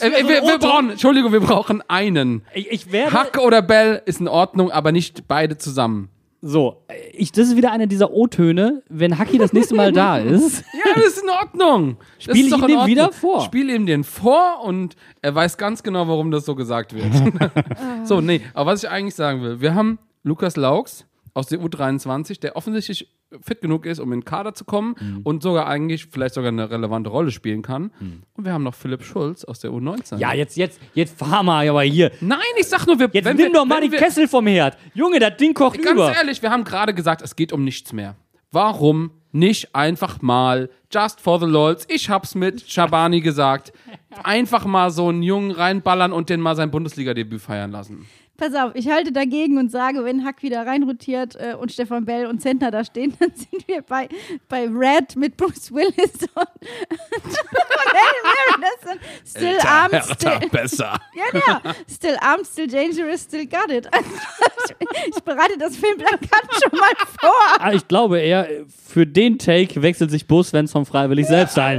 S4: wir brauchen einen. Hack oder Bell ist in Ordnung, aber nicht beide zusammen.
S3: So, das ist wieder einer dieser O-Töne, wenn Haki das nächste Mal da ist.
S4: Ja, das ist in Ordnung.
S3: Spiel ihm den wieder vor.
S4: Spiel ihm den vor und er weiß ganz genau, warum das so gesagt wird. So, nee, aber was ich eigentlich sagen will, wir haben Lukas Laux aus der U23, der offensichtlich fit genug ist, um in den Kader zu kommen und vielleicht sogar eine relevante Rolle spielen kann. Und wir haben noch Philipp Schulz aus der U19.
S3: Ja, jetzt fahr mal aber hier.
S4: Nein, ich sag nur,
S3: Nimm doch mal die Kessel vom Herd. Junge, das Ding kocht über.
S4: Ganz ehrlich, wir haben gerade gesagt, es geht um nichts mehr. Warum nicht einfach mal, just for the lols, ich hab's mit Schabani gesagt, einfach mal so einen Jungen reinballern und den mal sein Bundesliga-Debüt feiern lassen?
S2: Pass auf, ich halte dagegen und sage, wenn Hack wieder reinrotiert und Stefan Bell und Zentner da stehen, dann sind wir bei Red mit Bruce Willis und Still armed, still...
S4: besser.
S2: Ja, still armed, still dangerous, still got it. Ich bereite das Filmplakat schon mal vor.
S3: Ich glaube eher, für den Take wechselt sich Bo Svensson freiwillig selbst ein.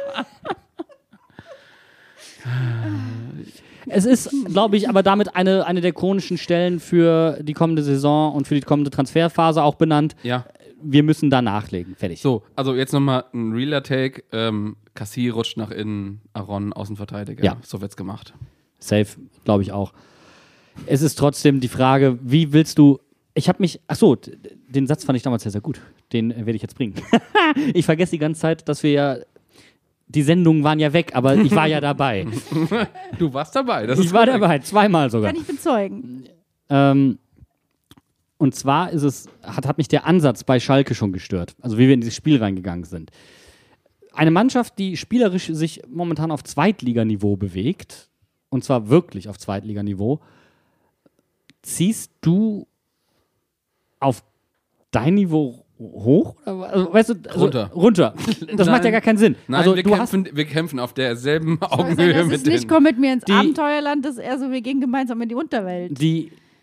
S3: Es ist, glaube ich, aber damit eine der chronischen Stellen für die kommende Saison und für die kommende Transferphase auch benannt.
S4: Ja.
S3: Wir müssen da nachlegen. Fertig.
S4: So, also jetzt nochmal ein realer Take. Cassie rutscht nach innen, Aron Außenverteidiger.
S3: Ja.
S4: So wird's gemacht.
S3: Safe, glaube ich auch. Es ist trotzdem die Frage, wie willst du... den Satz fand ich damals sehr, sehr gut. Den werde ich jetzt bringen. Ich vergesse die ganze Zeit, dass wir ja... Die Sendungen waren ja weg, aber ich war ja dabei.
S4: Du warst dabei.
S3: Ich war dabei, zweimal sogar.
S2: Kann ich bezeugen.
S3: Und zwar hat mich der Ansatz bei Schalke schon gestört. Also wie wir in dieses Spiel reingegangen sind. Eine Mannschaft, die spielerisch sich momentan auf Zweitliganiveau bewegt, und zwar wirklich auf Zweitliganiveau, ziehst du auf dein Niveau hoch? Also, weißt du, runter. Das macht ja gar keinen Sinn.
S4: Nein,
S3: also,
S4: wir kämpfen auf derselben Augenhöhe
S2: Das
S4: mit
S2: ist nicht,
S4: denen.
S2: komm mit mir ins Abenteuerland, das ist eher so, wir gehen gemeinsam in die Unterwelt.
S3: Die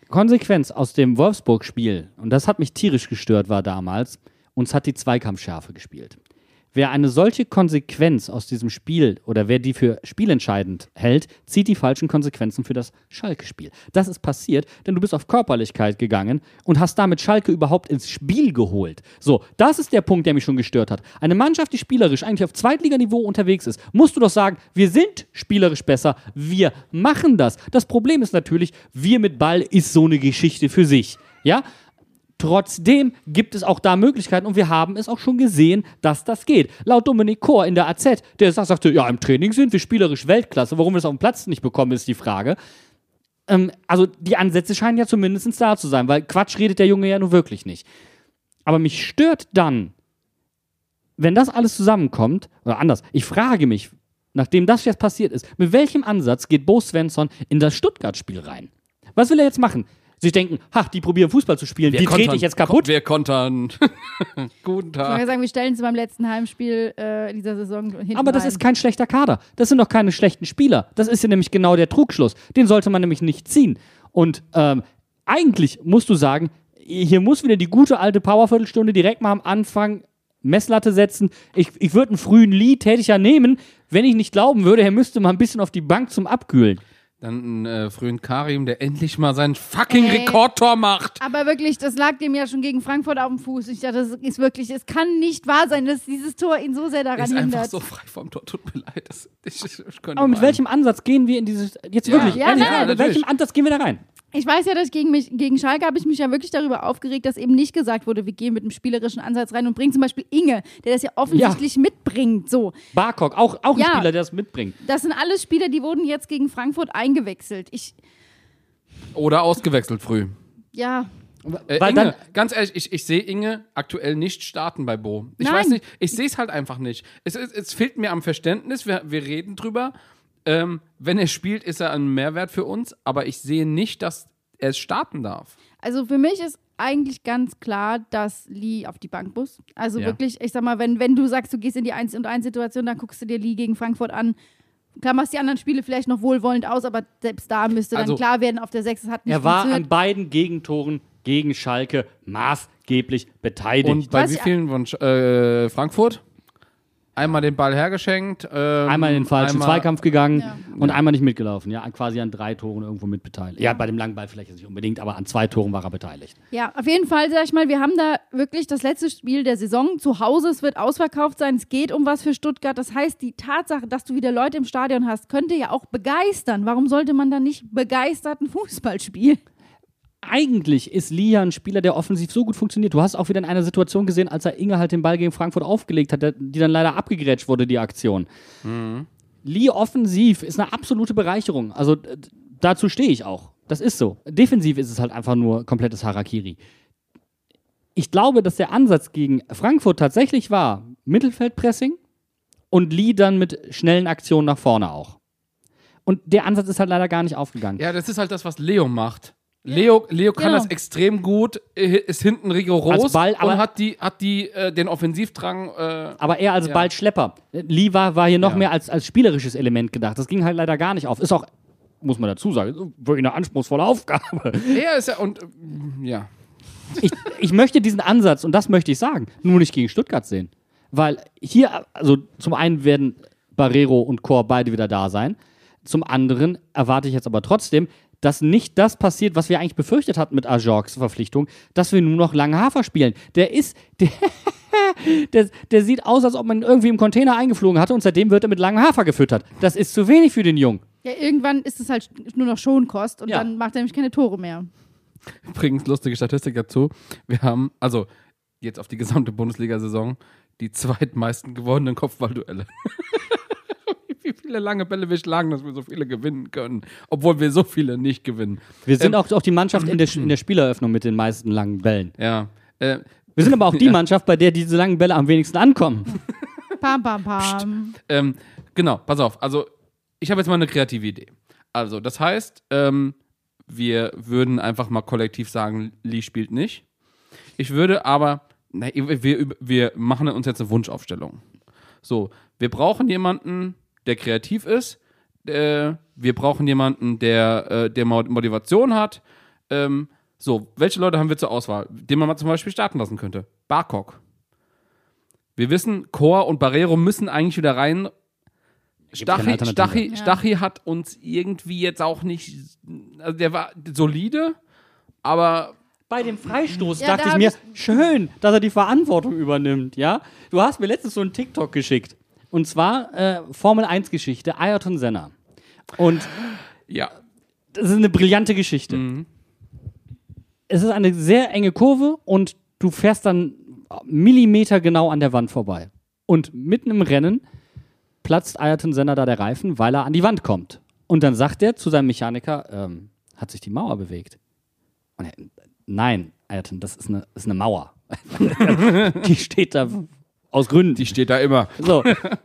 S3: Konsequenz aus dem Wolfsburg-Spiel, und das hat mich tierisch gestört, war damals, uns hat die Zweikampfschärfe gespielt. Wer eine solche Konsequenz aus diesem Spiel oder wer die für spielentscheidend hält, zieht die falschen Konsequenzen für das Schalke-Spiel. Das ist passiert, denn du bist auf Körperlichkeit gegangen und hast damit Schalke überhaupt ins Spiel geholt. So, das ist der Punkt, der mich schon gestört hat. Eine Mannschaft, die spielerisch eigentlich auf Zweitliganiveau unterwegs ist, musst du doch sagen, wir sind spielerisch besser, wir machen das. Das Problem ist natürlich, wir mit Ball ist so eine Geschichte für sich. Ja? Trotzdem gibt es auch da Möglichkeiten und wir haben es auch schon gesehen, dass das geht. Laut Dominik Kor in der AZ, der sagte, ja, im Training sind wir spielerisch Weltklasse. Warum wir das auf dem Platz nicht bekommen, ist die Frage. Also die Ansätze scheinen ja zumindest da zu sein, weil Quatsch redet der Junge ja nun wirklich nicht. Aber mich stört dann, wenn das alles zusammenkommt, oder anders, ich frage mich, nachdem das jetzt passiert ist, mit welchem Ansatz geht Bo Svensson in das Stuttgart-Spiel rein? Was will er jetzt machen? Sie denken, die probieren Fußball zu spielen, die trete ich jetzt kaputt.
S4: Wir kontern. Guten Tag.
S2: Ich würde sagen, wir stellen sie beim letzten Heimspiel dieser Saison hinten
S3: Aber das
S2: rein.
S3: ist kein schlechter Kader. Das sind doch keine schlechten Spieler. Das ist ja nämlich genau der Trugschluss. Den sollte man nämlich nicht ziehen. Und eigentlich musst du sagen, hier muss wieder die gute alte Powerviertelstunde direkt mal am Anfang Messlatte setzen. Ich würde einen frühen Lied, hätte ich ja nehmen, wenn ich nicht glauben würde, er müsste mal ein bisschen auf die Bank zum Abkühlen.
S4: Dann einen frühen Karim, der endlich mal seinen fucking Rekordtor macht.
S2: Aber wirklich, das lag dem ja schon gegen Frankfurt auf dem Fuß. Ich dachte, das ist wirklich, es kann nicht wahr sein, dass dieses Tor ihn so sehr daran
S4: ist
S2: hindert.
S4: einfach so frei vom Tor, tut mir leid.
S3: Aber mit welchem Ansatz gehen wir in dieses, jetzt wirklich, mit welchem Ansatz gehen wir da rein?
S2: Ich weiß ja, dass gegen Schalke habe ich mich ja wirklich darüber aufgeregt, dass eben nicht gesagt wurde, wir gehen mit einem spielerischen Ansatz rein und bringen zum Beispiel Inge, der das ja offensichtlich mitbringt. So.
S3: Barkok, auch ein Spieler, der das mitbringt.
S2: Das sind alles Spieler, die wurden jetzt gegen Frankfurt eingewechselt.
S4: Oder ausgewechselt früh.
S2: Ja.
S3: Weil
S4: Inge,
S3: dann,
S4: ganz ehrlich, ich sehe Inge aktuell nicht starten bei Bo. Ich
S2: Nein.
S4: weiß nicht, ich sehe es halt einfach nicht. Es fehlt mir am Verständnis, wir reden drüber. Wenn er spielt, ist er ein Mehrwert für uns, aber ich sehe nicht, dass er es starten darf.
S2: Also für mich ist eigentlich ganz klar, dass Lee auf die Bank muss. Also wirklich, ich sag mal, wenn du sagst, du gehst in die 1-1-Situation, dann guckst du dir Lee gegen Frankfurt an. Klar, machst die anderen Spiele vielleicht noch wohlwollend aus, aber selbst da müsste dann klar werden, auf der 6 hat nicht
S3: er war
S2: funktioniert.
S3: an beiden Gegentoren gegen Schalke maßgeblich beteiligt.
S4: Und bei wie vielen von Frankfurt? Einmal den Ball hergeschenkt.
S3: Einmal in den falschen Zweikampf gegangen
S2: Ja.
S3: und einmal nicht mitgelaufen. Ja, quasi an 3 Toren irgendwo mit beteiligt. Ja, bei dem langen Ball vielleicht nicht unbedingt, aber an 2 Toren war er beteiligt.
S2: Ja, auf jeden Fall, sag ich mal, wir haben da wirklich das letzte Spiel der Saison zu Hause. Es wird ausverkauft sein. Es geht um was für Stuttgart. Das heißt, die Tatsache, dass du wieder Leute im Stadion hast, könnte ja auch begeistern. Warum sollte man dann nicht begeisterten Fußball spielen?
S3: Eigentlich ist Lia ein Spieler, der offensiv so gut funktioniert. Du hast auch wieder in einer Situation gesehen, als er Inge halt den Ball gegen Frankfurt aufgelegt hat, die dann leider abgegrätscht wurde, die Aktion. Lee offensiv ist eine absolute Bereicherung. Also dazu stehe ich auch. Das ist so. Defensiv ist es halt einfach nur komplettes Harakiri. Ich glaube, dass der Ansatz gegen Frankfurt tatsächlich war, Mittelfeldpressing und Lee dann mit schnellen Aktionen nach vorne auch. Und der Ansatz ist halt leider gar nicht aufgegangen.
S4: Ja, das ist halt das, was Leo macht. Leo kann das extrem gut, ist hinten rigoros
S3: Als Ball, aber
S4: und hat den Offensivdrang.
S3: Aber eher als Ballschlepper. Lee war hier noch mehr als spielerisches Element gedacht. Das ging halt leider gar nicht auf. Ist auch, muss man dazu sagen, wirklich eine anspruchsvolle Aufgabe.
S4: Er ist ja, und ja.
S3: Ich möchte diesen Ansatz, und das möchte ich sagen, nur nicht gegen Stuttgart sehen. Weil hier, also zum einen werden Barrero und Kor beide wieder da sein. Zum anderen erwarte ich jetzt aber trotzdem, dass nicht das passiert, was wir eigentlich befürchtet hatten mit Ajorgs Verpflichtung, dass wir nur noch lange Hafer spielen. Der sieht aus, als ob man irgendwie im Container eingeflogen hatte und seitdem wird er mit langem Hafer gefüttert. Das ist zu wenig für den Jungen.
S2: Ja, irgendwann ist es halt nur noch Schonkost und dann macht er nämlich keine Tore mehr.
S4: Übrigens, lustige Statistik dazu. Wir haben, also jetzt auf die gesamte Bundesliga-Saison, die zweitmeisten gewonnenen Kopfballduelle. Wie viele lange Bälle wir schlagen, dass wir so viele gewinnen können, obwohl wir so viele nicht gewinnen.
S3: Wir sind auch die Mannschaft in der Spieleröffnung mit den meisten langen Bällen.
S4: Ja.
S3: Wir sind aber auch die Mannschaft, bei der diese langen Bälle am wenigsten ankommen.
S2: Pam, pam, pam.
S4: Genau, pass auf. Also, ich habe jetzt mal eine kreative Idee. Also, das heißt, wir würden einfach mal kollektiv sagen, Lee spielt nicht. Ich würde aber, wir machen uns jetzt eine Wunschaufstellung. So, wir brauchen jemanden, der kreativ ist. Wir brauchen jemanden, der Motivation hat. So, welche Leute haben wir zur Auswahl, den man mal zum Beispiel starten lassen könnte? Barkok. Wir wissen, Chor und Barrero müssen eigentlich wieder rein. Stachy hat uns irgendwie jetzt auch nicht, also der war solide, aber
S3: bei dem Freistoß dachte ich mir, schön, dass er die Verantwortung übernimmt, ja? Du hast mir letztens so einen TikTok geschickt. Und zwar Formel-1-Geschichte, Ayrton Senna. Und
S4: ja,
S3: das ist eine brillante Geschichte. Es ist eine sehr enge Kurve und du fährst dann Millimeter genau an der Wand vorbei. Und mitten im Rennen platzt Ayrton Senna da der Reifen, weil er an die Wand kommt. Und dann sagt er zu seinem Mechaniker, hat sich die Mauer bewegt? Und er, nein, Ayrton, das ist eine Mauer. Die steht da aus Gründen.
S4: die steht da immer.
S3: So.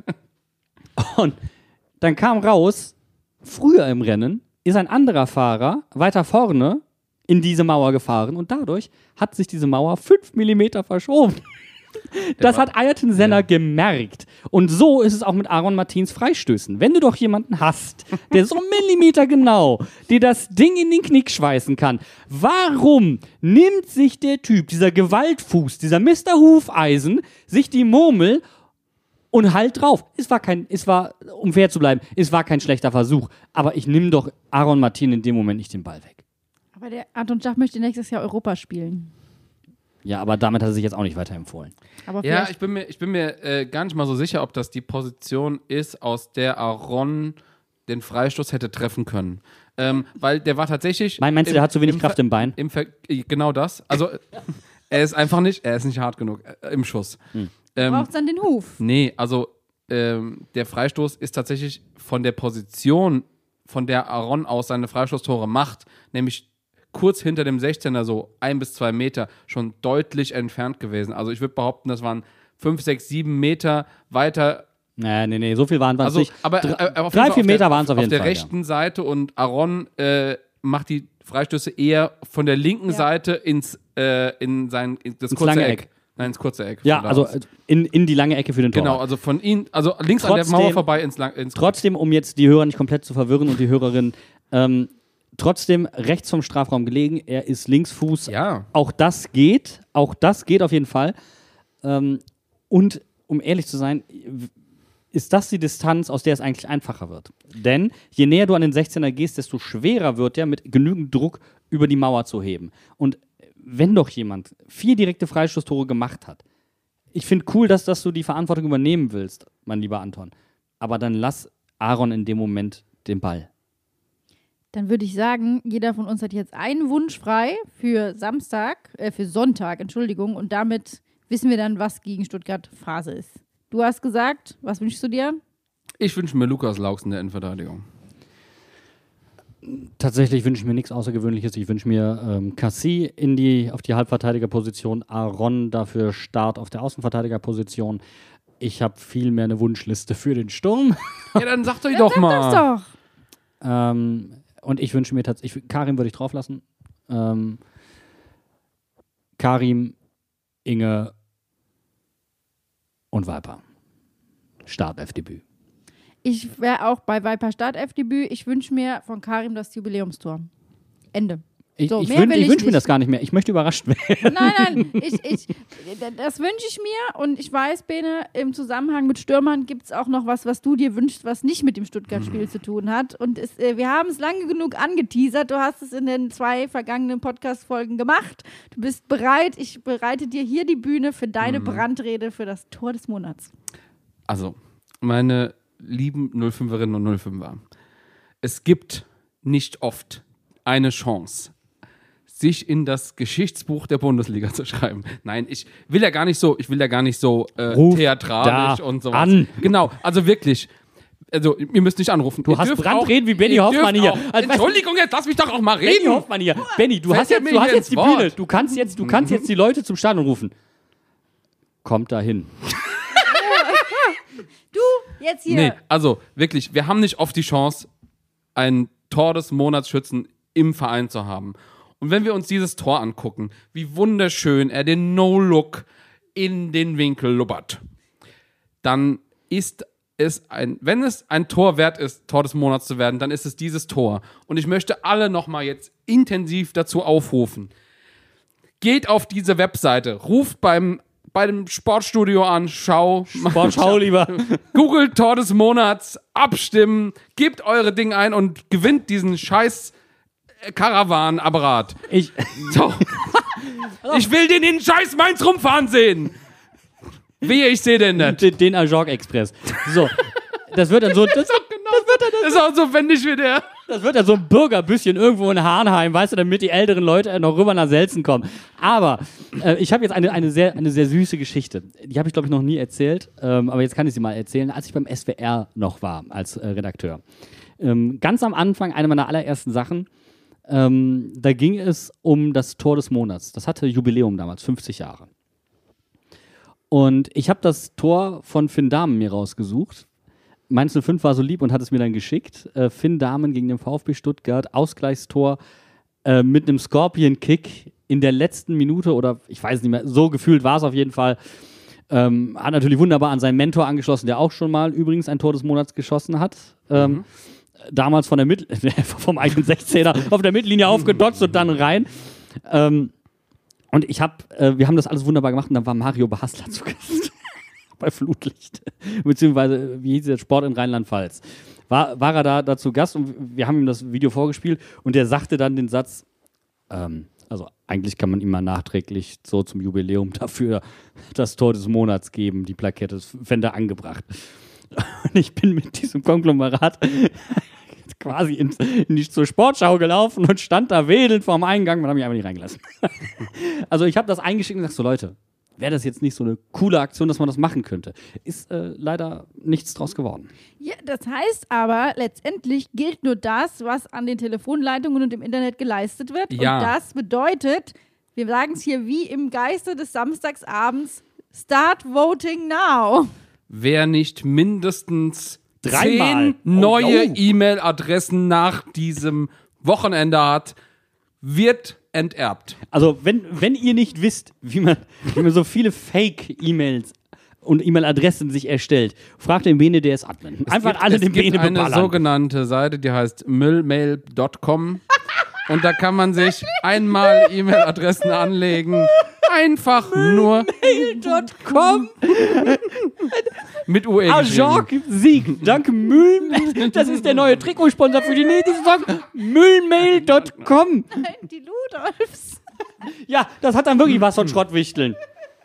S3: Und dann kam raus, früher im Rennen ist ein anderer Fahrer weiter vorne in diese Mauer gefahren und dadurch hat sich diese Mauer 5 mm verschoben. Das hat Ayrton Senna gemerkt. Und so ist es auch mit Aaron Martins Freistößen. Wenn du doch jemanden hast, der so Millimeter genau dir das Ding in den Knick schweißen kann, warum nimmt sich der Typ, dieser Gewaltfuß, dieser Mr. Hufeisen, sich die Murmel und halt drauf? Es war, um fair zu bleiben, es war kein schlechter Versuch. Aber ich nehme doch Aaron Martin in dem Moment nicht den Ball weg.
S2: Aber der Anton Stach möchte nächstes Jahr Europa spielen.
S3: Ja, aber damit hat er sich jetzt auch nicht weiterempfohlen.
S2: Aber
S4: Ja, ich bin mir gar nicht mal so sicher, ob das die Position ist, aus der Aaron den Freistoß hätte treffen können. Weil der war tatsächlich...
S3: Meinst du, der hat zu wenig Kraft im Bein?
S4: Genau das. Also, er ist nicht hart genug im Schuss.
S2: braucht dann den Huf.
S4: Nee, also der Freistoß ist tatsächlich von der Position, von der Aaron aus seine Freistoßtore macht, nämlich kurz hinter dem 16er, so 1 bis 2 Meter, schon deutlich entfernt gewesen. Also ich würde behaupten, das waren 5, 6, 7 Meter weiter.
S3: Nee, so viel waren es nicht.
S4: Aber
S3: 3-4 Meter waren es auf jeden Fall.
S4: Auf der rechten Seite und Aaron macht die Freistöße eher von der linken Seite ins kurze Eck. Nein, ins kurze Eck.
S3: Ja, also in die lange Ecke für den Tor.
S4: Genau, also von ihm, also links an der Mauer vorbei ins
S3: Trotzdem, um jetzt die Hörer nicht komplett zu verwirren und die Hörerinnen, trotzdem rechts vom Strafraum gelegen, er ist Linksfuß.
S4: Ja.
S3: Auch das geht auf jeden Fall. Und um ehrlich zu sein, ist das die Distanz, aus der es eigentlich einfacher wird. Denn je näher du an den 16er gehst, desto schwerer wird der mit genügend Druck über die Mauer zu heben. Und wenn doch jemand 4 direkte Freistoßtore gemacht hat, ich finde cool, dass du die Verantwortung übernehmen willst, mein lieber Anton. Aber dann lass Aaron in dem Moment den Ball.
S2: Dann würde ich sagen, jeder von uns hat jetzt einen Wunsch frei für Sonntag, und damit wissen wir dann, was gegen Stuttgart Phase ist. Du hast gesagt, was wünschst du dir?
S4: Ich wünsche mir Lukas Laux in der Innenverteidigung.
S3: Tatsächlich wünsche ich mir nichts Außergewöhnliches. Ich wünsche mir Cassie auf die Halbverteidigerposition, Aaron dafür Start auf der Außenverteidigerposition. Ich habe viel mehr eine Wunschliste für den Sturm.
S4: Ja, dann sag doch mal.
S2: Das doch.
S3: Und ich wünsche mir tatsächlich, Karim würde ich drauf lassen. Karim, Inge und Viper. Startelfdebüt.
S2: Ich wäre auch bei Viper Startelfdebüt. Ich wünsche mir von Karim das Jubiläumstor. Ende.
S3: Ich wünsche mir das gar nicht mehr. Ich möchte überrascht werden.
S2: Nein, das wünsche ich mir. Und ich weiß, Bene, im Zusammenhang mit Stürmern gibt es auch noch was du dir wünschst, was nicht mit dem Stuttgart-Spiel zu tun hat. Und wir haben es lange genug angeteasert. Du hast es in den 2 vergangenen Podcast-Folgen gemacht. Du bist bereit. Ich bereite dir hier die Bühne für deine Brandrede für das Tor des Monats.
S4: Also, meine lieben 05erinnen und 05er. Es gibt nicht oft eine Chance, sich in das Geschichtsbuch der Bundesliga zu schreiben. Nein, ich will ja gar nicht so theatralisch und sowas.
S3: An.
S4: Genau, also wirklich. Also, ihr müsst nicht anrufen.
S3: Du hast Brandreden wie Benny Hoffmann hier.
S4: Entschuldigung, jetzt lass mich doch auch mal reden.
S3: Benny Hoffmann hier. Benny, du hast jetzt die Bühne. Du kannst jetzt die Leute zum Stadion rufen. Kommt da hin.
S2: Du, jetzt hier.
S4: Nee, also wirklich, wir haben nicht oft die Chance, einen Tor des Monatsschützen im Verein zu haben. Und wenn wir uns dieses Tor angucken, wie wunderschön er den No-Look in den Winkel lubbert, dann ist wenn es ein Tor wert ist, Tor des Monats zu werden, dann ist es dieses Tor. Und ich möchte alle nochmal jetzt intensiv dazu aufrufen. Geht auf diese Webseite, ruft bei dem Sportstudio an,
S3: Sportschau lieber.
S4: Googelt Tor des Monats, abstimmen, gebt eure Dinge ein und gewinnt diesen scheiß Karawan-Apparat. So. Ich will den in scheiß Mainz rumfahren sehen. Wehe, ich sehe den nicht.
S3: Den Ajorg Express. So. Das wird dann so. Das
S4: ist auch so wendig wie der.
S3: Das wird dann so ein Bürgerbüsschen irgendwo in Harnheim, weißt du, damit die älteren Leute noch rüber nach Selzen kommen. Aber ich habe jetzt eine sehr süße Geschichte. Die habe ich, glaube ich, noch nie erzählt. Aber jetzt kann ich sie mal erzählen. Als ich beim SWR noch war, als Redakteur. Ganz am Anfang, eine meiner allerersten Sachen, da ging es um das Tor des Monats. Das hatte Jubiläum damals, 50 Jahre. Und ich habe das Tor von Finn Dahmen mir rausgesucht. Mainz 05 war so lieb und hat es mir dann geschickt. Finn Dahmen gegen den VfB Stuttgart, Ausgleichstor mit einem Scorpion-Kick in der letzten Minute oder ich weiß nicht mehr, so gefühlt war es auf jeden Fall. Hat natürlich wunderbar an seinen Mentor angeschlossen, der auch schon mal übrigens ein Tor des Monats geschossen hat. Damals vom eigenen 16er auf der Mittellinie aufgedotzt und dann rein. Und wir haben das alles wunderbar gemacht und dann war Mario Basler zu Gast bei Flutlicht. Beziehungsweise, wie hieß der Sport in Rheinland-Pfalz. War er da zu Gast und wir haben ihm das Video vorgespielt und der sagte dann den Satz, also eigentlich kann man ihm mal nachträglich so zum Jubiläum dafür das Tor des Monats geben, die Plakette, das fände er angebracht. Und ich bin mit diesem Konglomerat quasi zur Sportschau gelaufen und stand da wedelnd vorm Eingang und habe mich einfach nicht reingelassen. Also ich habe das eingeschickt und gesagt, so Leute, wäre das jetzt nicht so eine coole Aktion, dass man das machen könnte? Ist leider nichts draus geworden.
S2: Ja, das heißt aber, letztendlich gilt nur das, was an den Telefonleitungen und im Internet geleistet wird.
S4: Ja.
S2: Und das bedeutet, wir sagen es hier wie im Geiste des Samstagsabends, start voting now.
S4: Wer nicht mindestens
S3: 3
S4: 10 neue E-Mail-Adressen nach diesem Wochenende hat, wird enterbt.
S3: Also wenn ihr nicht wisst, wie man so viele Fake-E-Mails und E-Mail-Adressen sich erstellt, fragt den BNDS-Admin. Einfach alle den Bene beballern.
S4: Es gibt eine sogenannte Seite, die heißt müllmail.com und da kann man sich einmal E-Mail-Adressen anlegen. Einfach nur
S3: Müllmail.com
S4: mit UE
S3: Ajorg Sieg, dank Müll. Das ist der neue Trikotsponsor für die nächste Saison. Müllmail.com.
S2: Nein, die Ludolfs.
S3: Ja, das hat dann wirklich was von Schrottwichteln.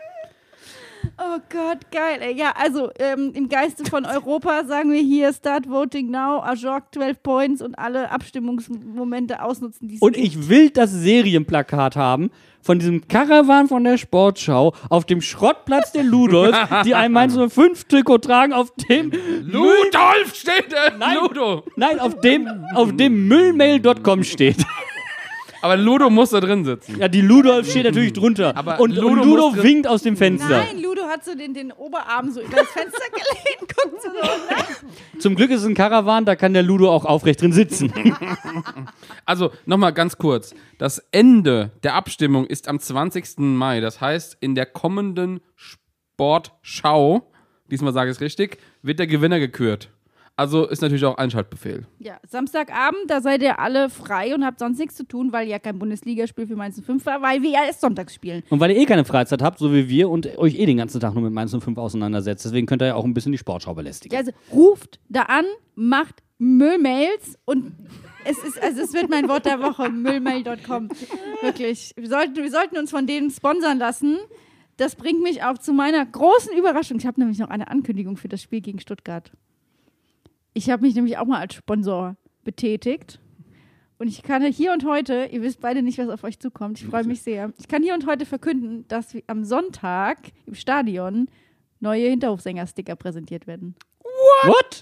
S2: Oh Gott, geil. Ey. Ja, also im Geiste von Europa sagen wir hier Start Voting Now, Ajorg 12 Points und alle Abstimmungsmomente ausnutzen. Die
S3: Und ich will das Serienplakat haben von diesem Karawan von der Sportschau auf dem Schrottplatz der Ludolf, die ein Mainz 05 Trikot tragen, auf dem
S4: Ludolf steht
S3: Nein,
S4: Ludo.
S3: Nein, auf dem Müllmail.com steht.
S4: Aber Ludo muss da drin sitzen.
S3: Ja, die Ludolf steht natürlich drunter.
S4: Aber
S3: Und
S4: Ludo
S3: Ludo
S4: muss
S3: winkt aus dem Fenster.
S2: Nein, Ludo hat so den Oberarm so über das Fenster gelehnt, guckt so nach.
S3: Zum Glück ist es ein Karawan, da kann der Ludo auch aufrecht drin sitzen.
S4: Also, nochmal ganz kurz. Das Ende der Abstimmung ist am 20. Mai. Das heißt, in der kommenden Sportschau, diesmal sage ich es richtig, wird der Gewinner gekürt. Also ist natürlich auch Einschaltbefehl.
S2: Ja, Samstagabend, da seid ihr alle frei und habt sonst nichts zu tun, weil ja kein Bundesligaspiel für Mainz 05 war, weil wir ja erst sonntags spielen.
S3: Und weil ihr keine Freizeit habt, so wie wir, und euch den ganzen Tag nur mit Mainz 05 auseinandersetzt. Deswegen könnt ihr ja auch ein bisschen die Sportschau belästigen.
S2: Ja, also ruft da an, macht Müllmails und es wird mein Wort der Woche, müllmail.com. Wirklich. Wir sollten uns von denen sponsern lassen. Das bringt mich auch zu meiner großen Überraschung. Ich habe nämlich noch eine Ankündigung für das Spiel gegen Stuttgart. Ich habe mich nämlich auch mal als Sponsor betätigt. Und ich kann hier und heute, ihr wisst beide nicht, was auf euch zukommt, ich freue mich sehr. Ich kann hier und heute verkünden, dass am Sonntag im Stadion neue Hinterhofsänger-Sticker präsentiert werden.
S3: What?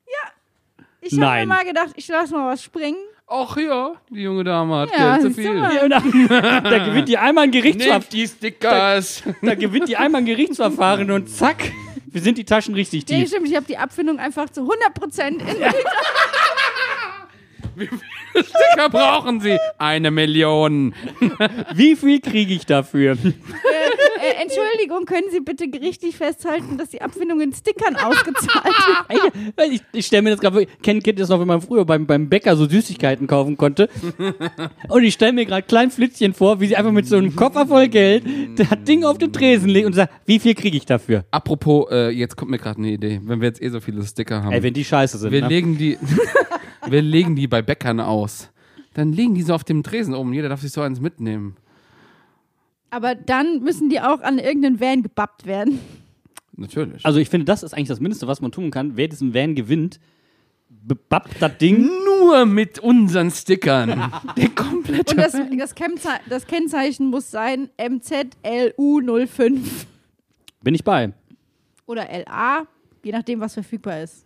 S2: Ich habe mir mal gedacht, ich lasse mal was springen.
S4: Ach ja, die junge Dame hat
S2: Ja,
S4: Geld zu
S2: siehst du
S4: viel.
S2: mal.
S3: Da gewinnt die einmal ein Gerichtsverfahren.
S4: Nehmt die Stickers.
S3: Da gewinnt die einmal ein Gerichtsverfahren und zack, wir sind die Taschen richtig
S2: Nee,
S3: tief.
S2: stimmt, ich habe die Abfindung einfach zu 100% in
S4: Wie viele Sticker brauchen Sie? 1 Million.
S3: Wie viel kriege ich dafür?
S2: Entschuldigung, können Sie bitte gerichtlich festhalten, dass die Abfindung in Stickern ausgezahlt wird?
S3: Ich stelle mir das gerade, kennt das noch, wenn man früher beim Bäcker so Süßigkeiten kaufen konnte. Und ich stelle mir gerade klein Flitzchen vor, wie sie einfach mit so einem Koffer voll Geld das Ding auf den Tresen legt und sagt, wie viel kriege ich dafür?
S4: Apropos, jetzt kommt mir gerade eine Idee, wenn wir jetzt so viele Sticker haben.
S3: Ey, wenn die scheiße sind.
S4: Wir legen die bei Bäckern aus. Dann liegen die so auf dem Tresen oben. Jeder darf sich so eins mitnehmen.
S2: Aber dann müssen die auch an irgendeinen Van gebappt werden.
S4: Natürlich.
S3: Also ich finde, das ist eigentlich das Mindeste, was man tun kann. Wer diesen Van gewinnt, bepappt das Ding.
S4: Nur mit unseren Stickern. Der komplette
S2: Und das Kennzeichen muss sein MZLU05.
S3: Bin ich bei.
S2: Oder LA, je nachdem, was verfügbar ist.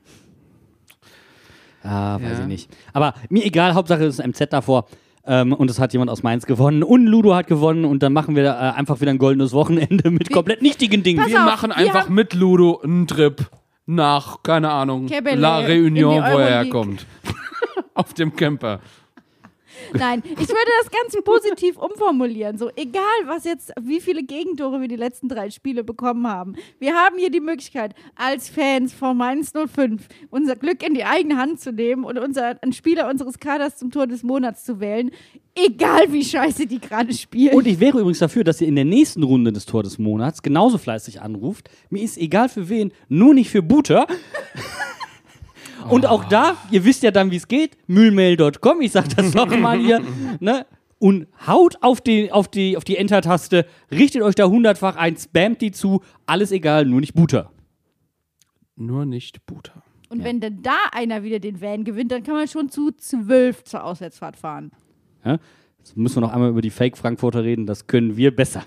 S3: Ah, weiß ich nicht. Aber mir egal, Hauptsache es ist ein MZ davor. Und es hat jemand aus Mainz gewonnen. Und Ludo hat gewonnen. Und dann machen wir einfach wieder ein goldenes Wochenende mit komplett nichtigen Dingen.
S2: Pass
S4: Wir
S2: auf,
S4: machen einfach mit Ludo einen Trip nach, keine Ahnung,
S2: Kebele,
S4: La
S2: in
S4: Réunion,
S2: die
S4: wo er
S2: Euroleague.
S4: herkommt. Auf dem Camper.
S2: Nein, ich würde das ganz positiv umformulieren. So, egal was jetzt, wie viele Gegentore wir die letzten 3 Spiele bekommen haben. Wir haben hier die Möglichkeit, als Fans von Mainz 05 unser Glück in die eigene Hand zu nehmen und einen Spieler unseres Kaders zum Tor des Monats zu wählen. Egal wie scheiße die gerade spielen.
S3: Und ich wäre übrigens dafür, dass ihr in der nächsten Runde des Tor des Monats genauso fleißig anruft. Mir ist egal für wen, nur nicht für Buter. Und auch da, ihr wisst ja dann, wie es geht, mühlmail.com, ich sag das nochmal hier, ne? Und haut auf die Enter-Taste, richtet euch da 100-fach ein, spammt die zu, alles egal, nur nicht Buter.
S4: Nur nicht Buter.
S2: Und wenn dann da einer wieder den Van gewinnt, dann kann man schon zu 12 zur Auswärtsfahrt fahren.
S3: Ja? Jetzt müssen wir noch einmal über die Fake-Frankfurter reden, das können wir besser.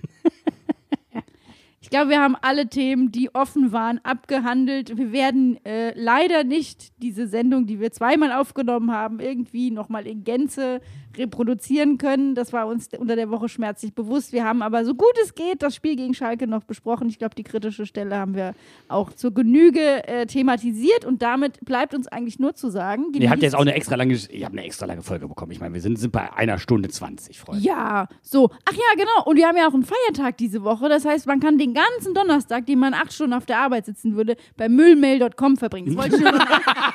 S2: Ich glaube, wir haben alle Themen, die offen waren, abgehandelt. Wir werden leider nicht diese Sendung, die wir 2-mal aufgenommen haben, irgendwie nochmal in Gänze reproduzieren können. Das war uns unter der Woche schmerzlich bewusst. Wir haben aber so gut es geht das Spiel gegen Schalke noch besprochen. Ich glaube, die kritische Stelle haben wir auch zur Genüge thematisiert und damit bleibt uns eigentlich nur zu sagen.
S3: Ihr habt jetzt auch eine extra lange Folge bekommen. Ich meine, wir sind bei 1 Stunde 20, Freunde.
S2: Ja, so. Ach ja, genau. Und wir haben ja auch einen Feiertag diese Woche. Das heißt, man kann den ganzen Donnerstag, den man 8 Stunden auf der Arbeit sitzen würde, bei müllmail.com verbringen. Das wollte ich nur noch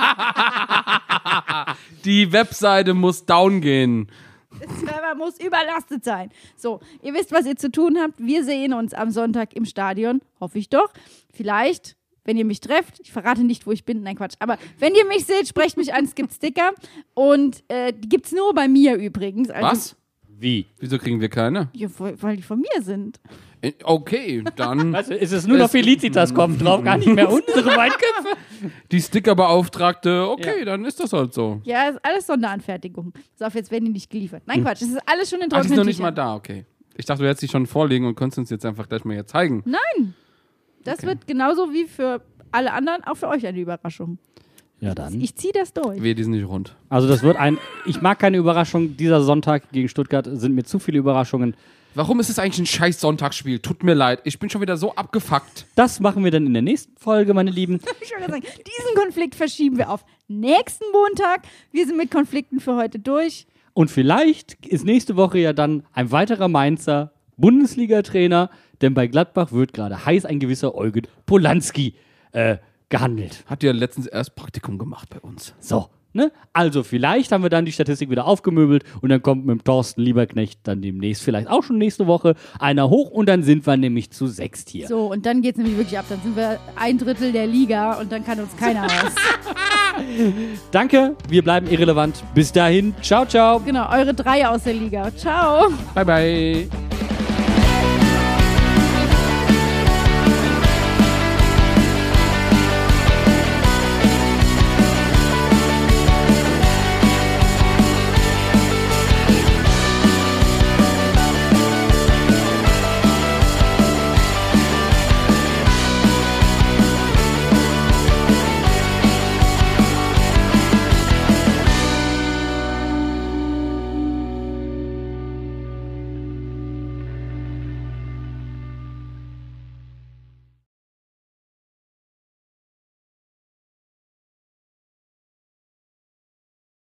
S4: Die Webseite muss down gehen.
S2: Der Server muss überlastet sein. So, ihr wisst, was ihr zu tun habt. Wir sehen uns am Sonntag im Stadion. Hoffe ich doch. Vielleicht, wenn ihr mich trefft. Ich verrate nicht, wo ich bin. Nein, Quatsch. Aber wenn ihr mich seht, sprecht mich an. Es gibt Sticker. Und die gibt es nur bei mir übrigens. Also,
S4: Was?
S3: Wie?
S4: Wieso kriegen wir keine?
S2: Ja, weil die von mir sind.
S4: Okay, dann
S3: Weißt du, ist es nur noch Felicitas Kopf drauf, gar nicht mehr unsere Weinköpfe?
S4: die Stickerbeauftragte, okay, dann ist das halt so.
S2: Ja, ist alles Sonderanfertigung. Pass auf, jetzt werden die nicht geliefert. Nein, Quatsch. Es ist alles schon in
S4: Ach, die ist
S2: trockenen
S4: noch nicht
S2: Tüchern.
S4: mal da, okay. Ich dachte, du hättest sie schon vorlegen und könntest uns jetzt einfach gleich mal hier zeigen.
S2: Nein. Das wird genauso wie für alle anderen auch für euch eine Überraschung.
S3: Ja, dann.
S2: Ich ziehe das durch.
S4: Wehe, die sind nicht rund.
S3: Also das wird ich mag keine Überraschung. Dieser Sonntag gegen Stuttgart sind mir zu viele Überraschungen.
S4: Warum ist es eigentlich ein scheiß Sonntagsspiel? Tut mir leid, ich bin schon wieder so abgefuckt.
S3: Das machen wir dann in der nächsten Folge, meine Lieben.
S2: Ich wollte sagen, diesen Konflikt verschieben wir auf nächsten Montag. Wir sind mit Konflikten für heute durch.
S3: Und vielleicht ist nächste Woche ja dann ein weiterer Mainzer Bundesliga-Trainer, denn bei Gladbach wird gerade heiß ein gewisser Eugen Polanski gehandelt.
S4: Hat ja letztens erst Praktikum gemacht bei uns.
S3: So, ne? Also vielleicht haben wir dann die Statistik wieder aufgemöbelt und dann kommt mit dem Thorsten Lieberknecht dann demnächst, vielleicht auch schon nächste Woche, einer hoch und dann sind wir nämlich zu 6 hier.
S2: So, und dann geht es nämlich wirklich ab. Dann sind wir 1/3 der Liga und dann kann uns keiner was.
S3: Danke, wir bleiben irrelevant. Bis dahin, ciao, ciao.
S2: Genau, eure 3 aus der Liga. Ciao.
S4: Bye, bye.